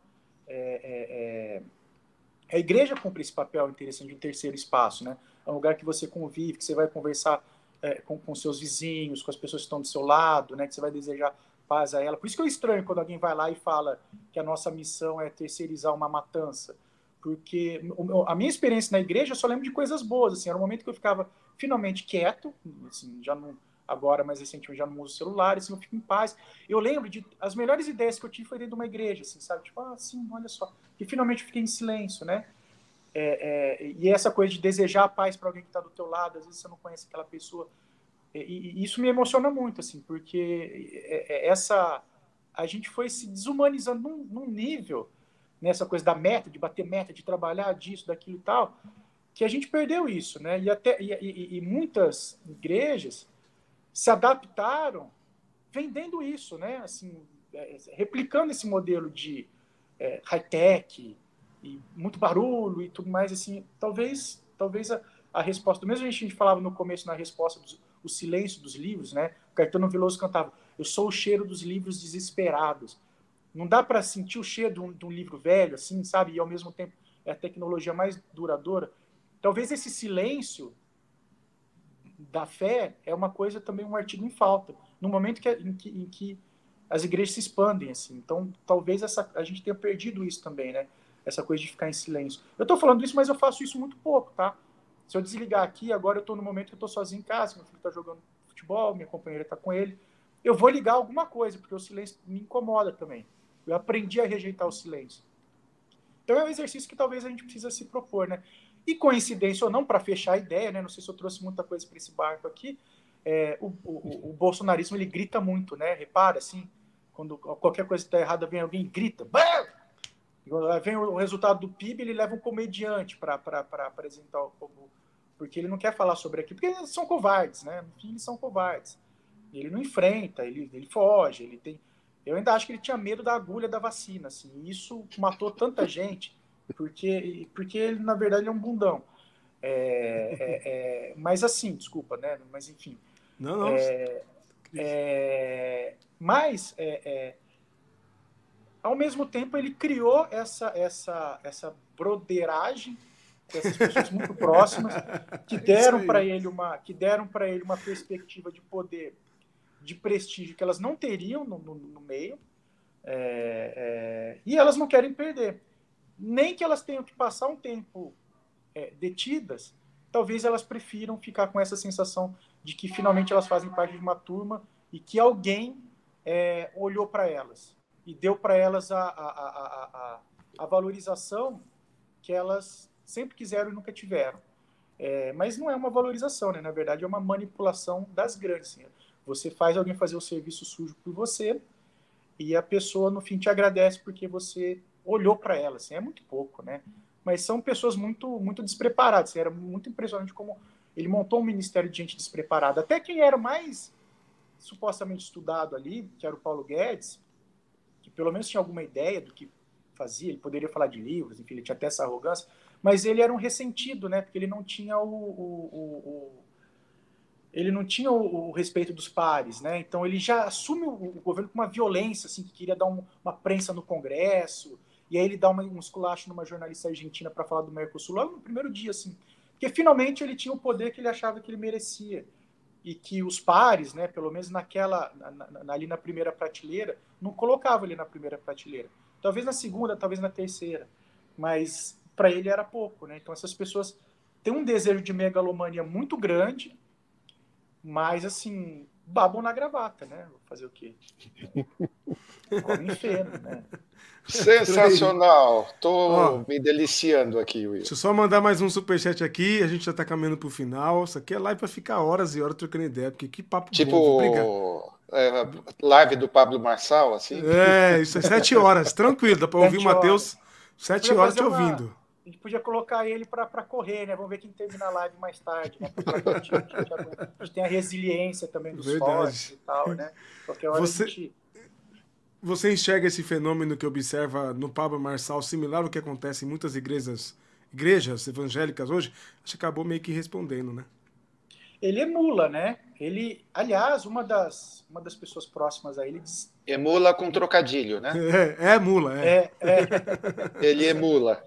C: a igreja cumpre esse papel interessante de um terceiro espaço, né? É um lugar que você convive, que você vai conversar com seus vizinhos, com as pessoas que estão do seu lado, né? Que você vai desejar paz a ela. Por isso que eu estranho quando alguém vai lá e fala que a nossa missão é terceirizar uma matança. Porque a minha experiência na igreja, eu só lembro de coisas boas. Assim, era um momento que eu ficava finalmente quieto, assim, já não... Agora, mais recentemente, já não uso celular, assim, eu fico em paz. Eu lembro as melhores ideias que eu tive foi dentro de uma igreja, assim, sabe? Tipo, sim, olha só. E finalmente eu fiquei em silêncio, né? E essa coisa de desejar a paz para alguém que está do teu lado, às vezes você não conhece aquela pessoa. E isso me emociona muito, assim, porque a gente foi se desumanizando num nível, nessa coisa da meta, de bater meta, de trabalhar disso, daquilo e tal, que a gente perdeu isso, né? E muitas igrejas se adaptaram vendendo isso, né? Assim, replicando esse modelo de high-tech e muito barulho e tudo mais, assim, talvez a resposta, do mesmo jeito que a gente falava no começo na resposta o silêncio dos livros, né? O Caetano Veloso cantava: eu sou o cheiro dos livros desesperados. Não dá para sentir o cheiro de um livro velho, assim, sabe? E ao mesmo tempo é a tecnologia mais duradoura. Talvez esse silêncio da fé é uma coisa também, um artigo em falta. no momento em que as igrejas se expandem, assim. Então, talvez a gente tenha perdido isso também, né? Essa coisa de ficar em silêncio. Eu estou falando isso, mas eu faço isso muito pouco, tá? Se eu desligar aqui, agora eu estou no momento que eu estou sozinho em casa, meu filho está jogando futebol, minha companheira está com ele, eu vou ligar alguma coisa, porque o silêncio me incomoda também. Eu aprendi a rejeitar o silêncio. Então é um exercício que talvez a gente precisa se propor, né? E coincidência ou não, para fechar a ideia, né? Não sei se eu trouxe muita coisa para esse barco aqui, o bolsonarismo, ele grita muito, né? Repara, assim, quando qualquer coisa está errada, vem alguém e grita. Bah! Vem o resultado do PIB, ele leva um comediante para apresentar o povo, porque ele não quer falar sobre aquilo, porque eles são covardes, né? No fim, eles são covardes. Ele não enfrenta, ele foge, ele tem... Eu ainda acho que ele tinha medo da agulha da vacina, assim, e isso matou tanta gente, porque ele, na verdade, é um bundão. Mas assim, desculpa, né? Mas enfim.
A: Não.
C: Mas, ao mesmo tempo, ele criou essa broderagem com essas pessoas muito próximas que deram para ele uma perspectiva de poder, de prestígio que elas não teriam no meio, e elas não querem perder. Nem que elas tenham que passar um tempo detidas, talvez elas prefiram ficar com essa sensação de que finalmente elas fazem parte de uma turma e que alguém olhou para elas e deu para elas a valorização que elas sempre quiseram e nunca tiveram. Mas não é uma valorização, né? Na verdade, é uma manipulação das grandes. Assim. Você faz alguém fazer o serviço sujo por você e a pessoa, no fim, te agradece porque você olhou para ela. Assim. É muito pouco, né? Mas são pessoas muito, muito despreparadas. Assim. Era muito impressionante como ele montou um ministério de gente despreparada. Até quem era mais supostamente estudado ali, que era o Paulo Guedes, que pelo menos tinha alguma ideia do que fazia, ele poderia falar de livros, enfim, ele tinha até essa arrogância, mas ele era um ressentido, né? Porque ele não tinha ele não tinha o respeito dos pares, né? Então ele já assume o governo com uma violência, assim, que queria dar uma prensa no Congresso, e aí ele dá um esculacho numa jornalista argentina para falar do Mercosul logo no primeiro dia, assim, porque finalmente ele tinha o poder que ele achava que ele merecia e que os pares, né, pelo menos ali na primeira prateleira, não colocavam ele na primeira prateleira. Talvez na segunda, talvez na terceira, mas para ele era pouco, né? Então essas pessoas têm um desejo de megalomania muito grande, mas assim, babam na gravata, né? Vou fazer o quê? Comem feno, né?
B: Sensacional! Tô me deliciando aqui, Will.
A: Deixa eu só mandar mais um superchat aqui, a gente já tá caminhando pro final. Isso aqui é live pra ficar horas e horas trocando ideia, porque que papo bom.
B: Tipo, live do Pablo Marçal, assim?
A: Isso é 7 horas, tranquilo, dá pra ouvir o Matheus 7 horas te ouvindo.
C: A gente podia colocar ele para correr, né? Vamos ver quem termina a live mais tarde, né? A gente tem a resiliência também dos fortes e tal, né? Qualquer hora a gente...
A: Você enxerga esse fenômeno que observa no Pablo Marçal similar ao que acontece em muitas igrejas evangélicas hoje? Acho que acabou meio que respondendo, né?
C: Ele emula, né? Ele, aliás, uma das pessoas próximas a ele diz...
B: Emula com trocadilho, né?
A: Mula.
C: Ele
B: emula.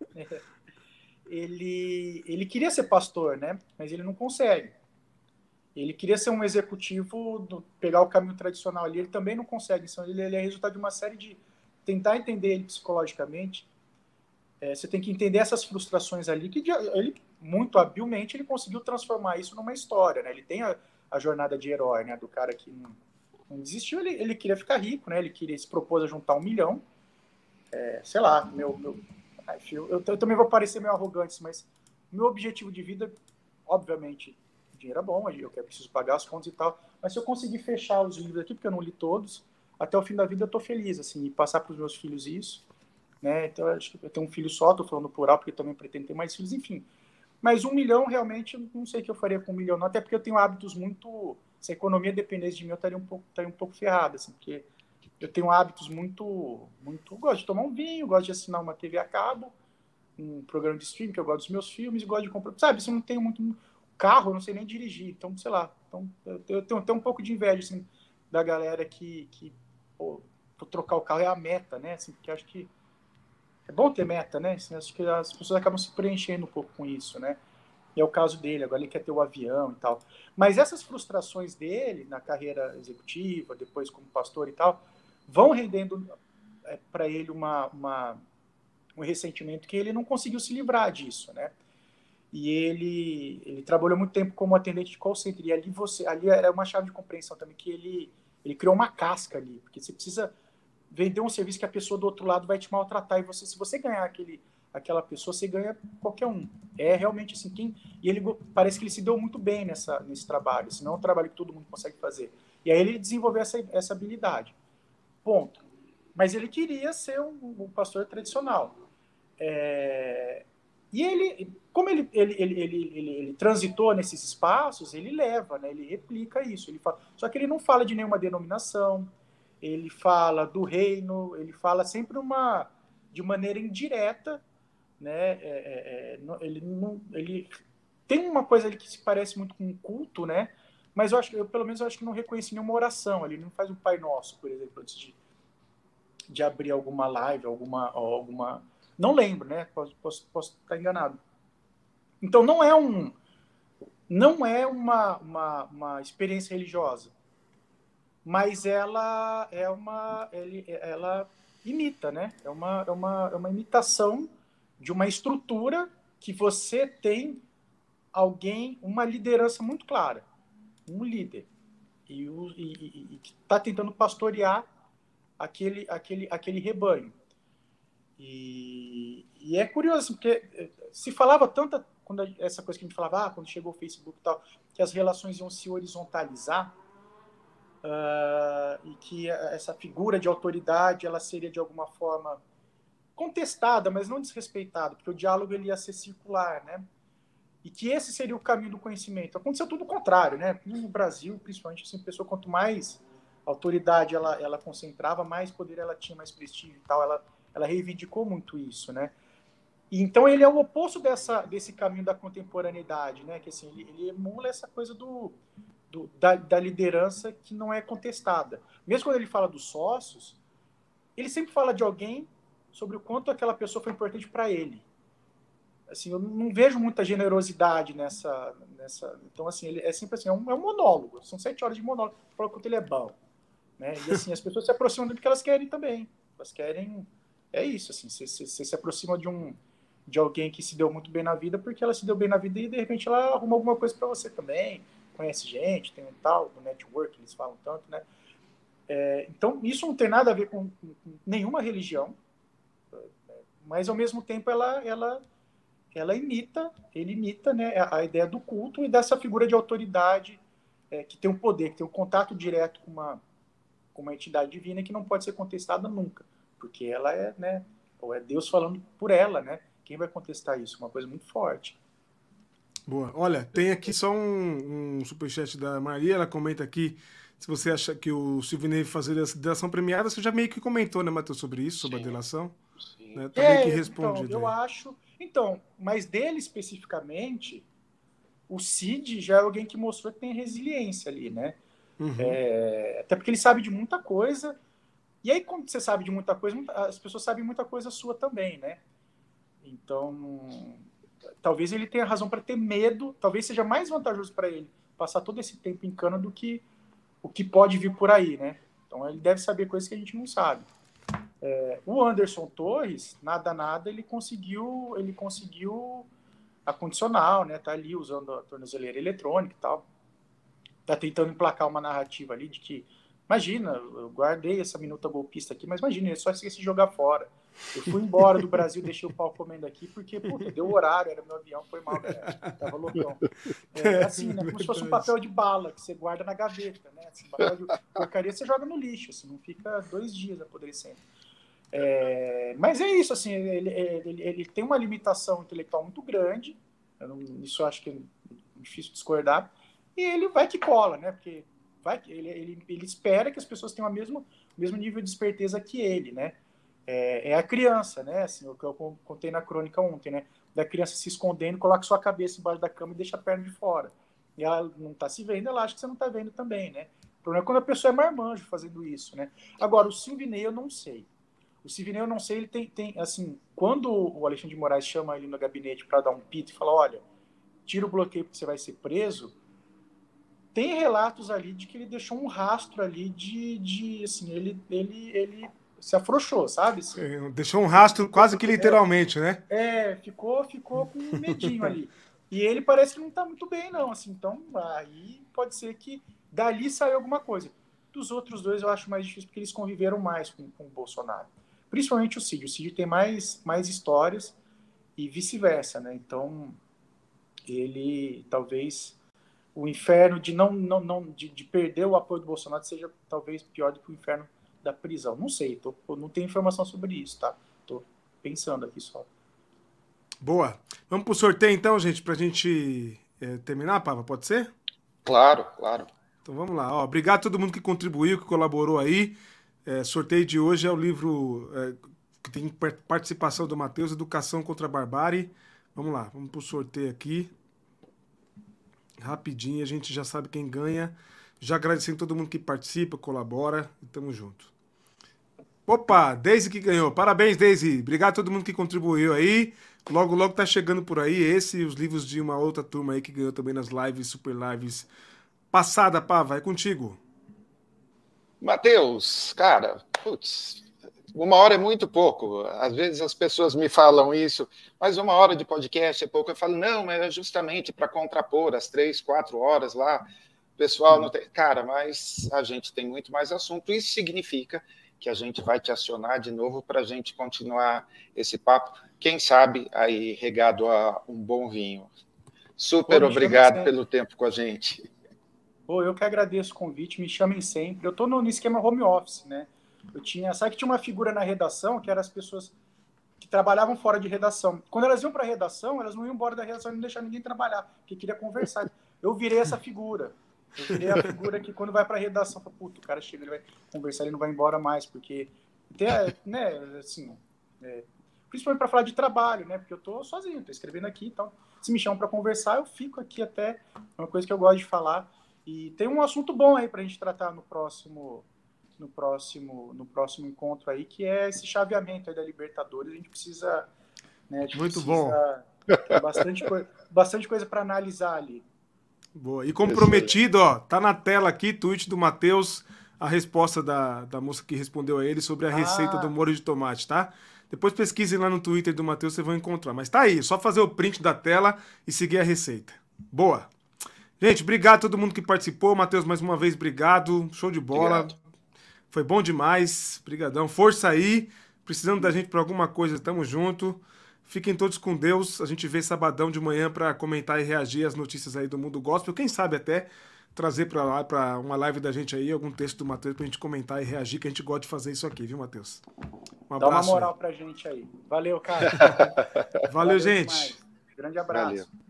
C: Ele queria ser pastor, né? Mas ele não consegue. Ele queria ser um executivo, pegar o caminho tradicional ali, ele também não consegue. Então, ele é resultado de uma série de... Tentar entender ele psicologicamente. Você tem que entender essas frustrações ali, que ele, muito habilmente, ele conseguiu transformar isso numa história, né? Ele tem a jornada de herói, né? Do cara que não desistiu, ele queria ficar rico, né? Ele se propôs a juntar 1 milhão. Sei lá, eu também vou parecer meio arrogante, mas meu objetivo de vida, obviamente... dinheiro é bom, eu preciso pagar as contas e tal, mas se eu conseguir fechar os livros aqui, porque eu não li todos, até o fim da vida eu tô feliz, assim, e passar para os meus filhos isso, né, então eu acho que eu tenho um filho só, tô falando plural, porque eu também pretendo ter mais filhos, enfim, mas 1 milhão, realmente, eu não sei o que eu faria com 1 milhão, não, até porque eu tenho hábitos muito, se a economia dependesse de mim, eu estaria um pouco ferrado, assim, porque eu tenho hábitos muito, gosto de tomar um vinho, gosto de assinar uma TV a cabo, um programa de streaming, que eu gosto dos meus filmes, e gosto de comprar, sabe, isso eu não tenho muito... Carro, eu não sei nem dirigir, então, sei lá. Então, eu tenho um pouco de inveja, assim, da galera que trocar o carro é a meta, né? Assim, porque acho que é bom ter meta, né? Assim, acho que as pessoas acabam se preenchendo um pouco com isso, né? E é o caso dele, agora ele quer ter o avião e tal. Mas essas frustrações dele na carreira executiva, depois como pastor e tal, vão rendendo para ele um ressentimento que ele não conseguiu se livrar disso, né? E ele trabalhou muito tempo como atendente de call center, e ali era uma chave de compreensão também, que ele criou uma casca ali, porque você precisa vender um serviço que a pessoa do outro lado vai te maltratar, e se você ganhar aquela pessoa, você ganha qualquer um. É realmente assim, e ele parece que ele se deu muito bem nesse trabalho, esse não é um trabalho que todo mundo consegue fazer. E aí ele desenvolveu essa habilidade. Ponto. Mas ele queria ser um pastor tradicional. E ele, como ele transitou nesses espaços, ele leva, né? Ele replica isso. Só que ele não fala de nenhuma denominação, ele fala do reino, ele fala sempre de maneira indireta, né? Ele tem uma coisa ali que se parece muito com um culto, né? Mas pelo menos eu acho que não reconheci nenhuma oração. Ele não faz um Pai Nosso, por exemplo, antes de abrir alguma live, alguma. Não lembro, né? Posso estar enganado. Então não é uma experiência religiosa, mas ela imita, né? É uma imitação de uma estrutura que você tem uma liderança muito clara, um líder, e que está tentando pastorear aquele rebanho. E é curioso, porque se falava tanta, essa coisa que a gente falava, quando chegou o Facebook e tal, que as relações iam se horizontalizar, e que essa figura de autoridade ela seria de alguma forma contestada, mas não desrespeitada, porque o diálogo ele ia ser circular, né? E que esse seria o caminho do conhecimento. Aconteceu tudo o contrário, né? No Brasil, principalmente, assim, a pessoa, quanto mais autoridade ela concentrava, mais poder ela tinha, mais prestígio e tal. Ela reivindicou muito isso, né? E então ele é o oposto desse caminho da contemporaneidade, né? Que assim, ele emula essa coisa da liderança que não é contestada. Mesmo quando ele fala dos sócios, ele sempre fala de alguém sobre o quanto aquela pessoa foi importante para ele. Assim, eu não vejo muita generosidade nessa. Então, assim, ele é sempre assim, é um monólogo. São 7 horas de monólogo, para o quanto ele é bom. Né? E assim, as pessoas se aproximam do que elas querem também. Elas querem. É isso, assim, você se aproxima de alguém que se deu muito bem na vida, porque ela se deu bem na vida e de repente ela arruma alguma coisa para você também. Conhece gente, tem um tal, do network, eles falam tanto, né? Então, isso não tem nada a ver com nenhuma religião, mas ao mesmo tempo ele imita, né, a ideia do culto e dessa figura de autoridade que tem um poder, que tem um contato direto com uma entidade divina que não pode ser contestada nunca, porque ela é, né, ou é Deus falando por ela, né? Quem vai contestar isso? Uma coisa muito forte.
A: Boa. Olha, tem aqui só um superchat da Maria, ela comenta aqui, se você acha que o Silvinei fazer a delação premiada, você já meio que comentou, né, Matheus, sobre isso, sobre a delação?
B: Sim.
A: Né? Tá meio que respondido.
C: Então, eu acho... Então, mas dele especificamente, o Cid já é alguém que mostrou que tem resiliência ali, né?
A: Uhum.
C: Até porque ele sabe de muita coisa, e aí quando você sabe de muita coisa, as pessoas sabem muita coisa sua também, né? Então, talvez ele tenha razão para ter medo, talvez seja mais vantajoso para ele passar todo esse tempo em cana do que o que pode vir por aí, né? Então ele deve saber coisas que a gente não sabe. O Anderson Torres, nada, ele conseguiu a condicional, né? Tá ali usando a tornozeleira eletrônica e tal. Tá tentando emplacar uma narrativa ali de que, imagina, eu guardei essa minuta golpista aqui, mas imagina, ele só esqueci de jogar fora. Eu fui embora do Brasil, deixei o pau comendo aqui, porque, puta, deu horário, era meu avião, foi mal, galera. Tava loucão. Assim, né? Como se fosse um papel de bala que você guarda na gaveta, né? Assim, papel de porcaria você joga no lixo, assim, não fica 2 dias apodrecendo. Mas é isso, assim, ele tem uma limitação intelectual muito grande, isso eu acho que é difícil discordar, e ele vai que cola, né? Porque ele espera que as pessoas tenham o mesmo nível de esperteza que ele, né? É a criança, né? Assim, o que eu contei na crônica ontem, né? Da criança se escondendo, coloca sua cabeça embaixo da cama e deixa a perna de fora. E ela não está se vendo, ela acha que você não está vendo também, né? O problema é quando a pessoa é marmanjo fazendo isso, né? Agora, o Silvinei eu não sei. O Silvinei eu não sei, ele tem assim, quando o Alexandre de Moraes chama ele no gabinete para dar um pito e fala, olha, tira o bloqueio porque você vai ser preso, tem relatos ali de que ele deixou um rastro ali assim, ele se afrouxou, sabe? Assim,
A: deixou um rastro quase que literalmente, né?
C: Ficou com um medinho ali. E ele parece que não tá muito bem, não, assim, então aí pode ser que dali saiu alguma coisa. Dos outros dois eu acho mais difícil porque eles conviveram mais com o Bolsonaro. Principalmente o Cid. O Cid tem mais histórias e vice-versa, né? Então, ele talvez o inferno de perder o apoio do Bolsonaro seja talvez pior do que o inferno da prisão. Não sei, não tenho informação sobre isso, tá? Tô pensando aqui só.
A: Boa. Vamos pro sorteio então, gente, pra gente terminar, Pava, pode ser?
B: Claro, claro.
A: Então vamos lá. Ó, obrigado a todo mundo que contribuiu, que colaborou aí. Sorteio de hoje é o livro que tem participação do Matheus, Educação contra a Barbárie. Vamos lá, vamos pro sorteio aqui. Rapidinho, a gente já sabe quem ganha. Já agradecendo todo mundo que participa, colabora. E tamo junto. Opa, Deise que ganhou. Parabéns, Deise. Obrigado a todo mundo que contribuiu aí. Logo, logo tá chegando por aí esse e os livros de uma outra turma aí que ganhou também nas lives, super lives. Passada, pá, vai contigo.
B: Matheus, cara, putz, 1 hora é muito pouco. Às vezes as pessoas me falam isso, mas 1 hora de podcast é pouco. Eu falo, não, mas é justamente para contrapor as 3, 4 horas lá. O pessoal não tem. Cara, mas a gente tem muito mais assunto. Isso significa que a gente vai te acionar de novo para a gente continuar esse papo. Quem sabe aí regado a um bom vinho. Super obrigado pelo tempo com a gente.
C: Eu que agradeço o convite, me chamem sempre. Eu estou no esquema home office, né? Sabe que tinha uma figura na redação que eram as pessoas que trabalhavam fora de redação. Quando elas iam para a redação, elas não iam embora da redação e não deixavam ninguém trabalhar, porque queria conversar. Eu virei essa figura. Eu virei a figura que quando vai para a redação, fala, puta, o cara chega, ele vai conversar, ele não vai embora mais, porque né, assim, principalmente para falar de trabalho, né? Porque eu estou sozinho, estou escrevendo aqui, então se me chamam para conversar, eu fico aqui até. É uma coisa que eu gosto de falar. E tem um assunto bom aí para a gente tratar no próximo encontro aí, que é esse chaveamento aí da Libertadores. A gente precisa, né?
A: Muito bom.
C: Tem bastante coisa para analisar ali.
A: Boa. E como prometido, ó, tá na tela aqui, tweet do Matheus, a resposta da moça que respondeu a ele sobre a receita do molho de tomate, tá? Depois pesquisem lá no Twitter do Matheus, vocês vão encontrar. Mas tá aí, só fazer o print da tela e seguir a receita. Boa. Gente, obrigado a todo mundo que participou. Matheus, mais uma vez, obrigado. Show de bola. Obrigado. Foi bom demais. Obrigadão. Força aí. Precisando da gente para alguma coisa, tamo junto. Fiquem todos com Deus. A gente vê sabadão de manhã para comentar e reagir às notícias aí do mundo gospel. Quem sabe até trazer para uma live da gente aí algum texto do Matheus pra gente comentar e reagir, que a gente gosta de fazer isso aqui, viu, Matheus?
C: Um abraço. Dá uma moral pra gente aí. Valeu, cara.
A: Valeu, gente.
C: Demais. Grande abraço.
B: Valeu.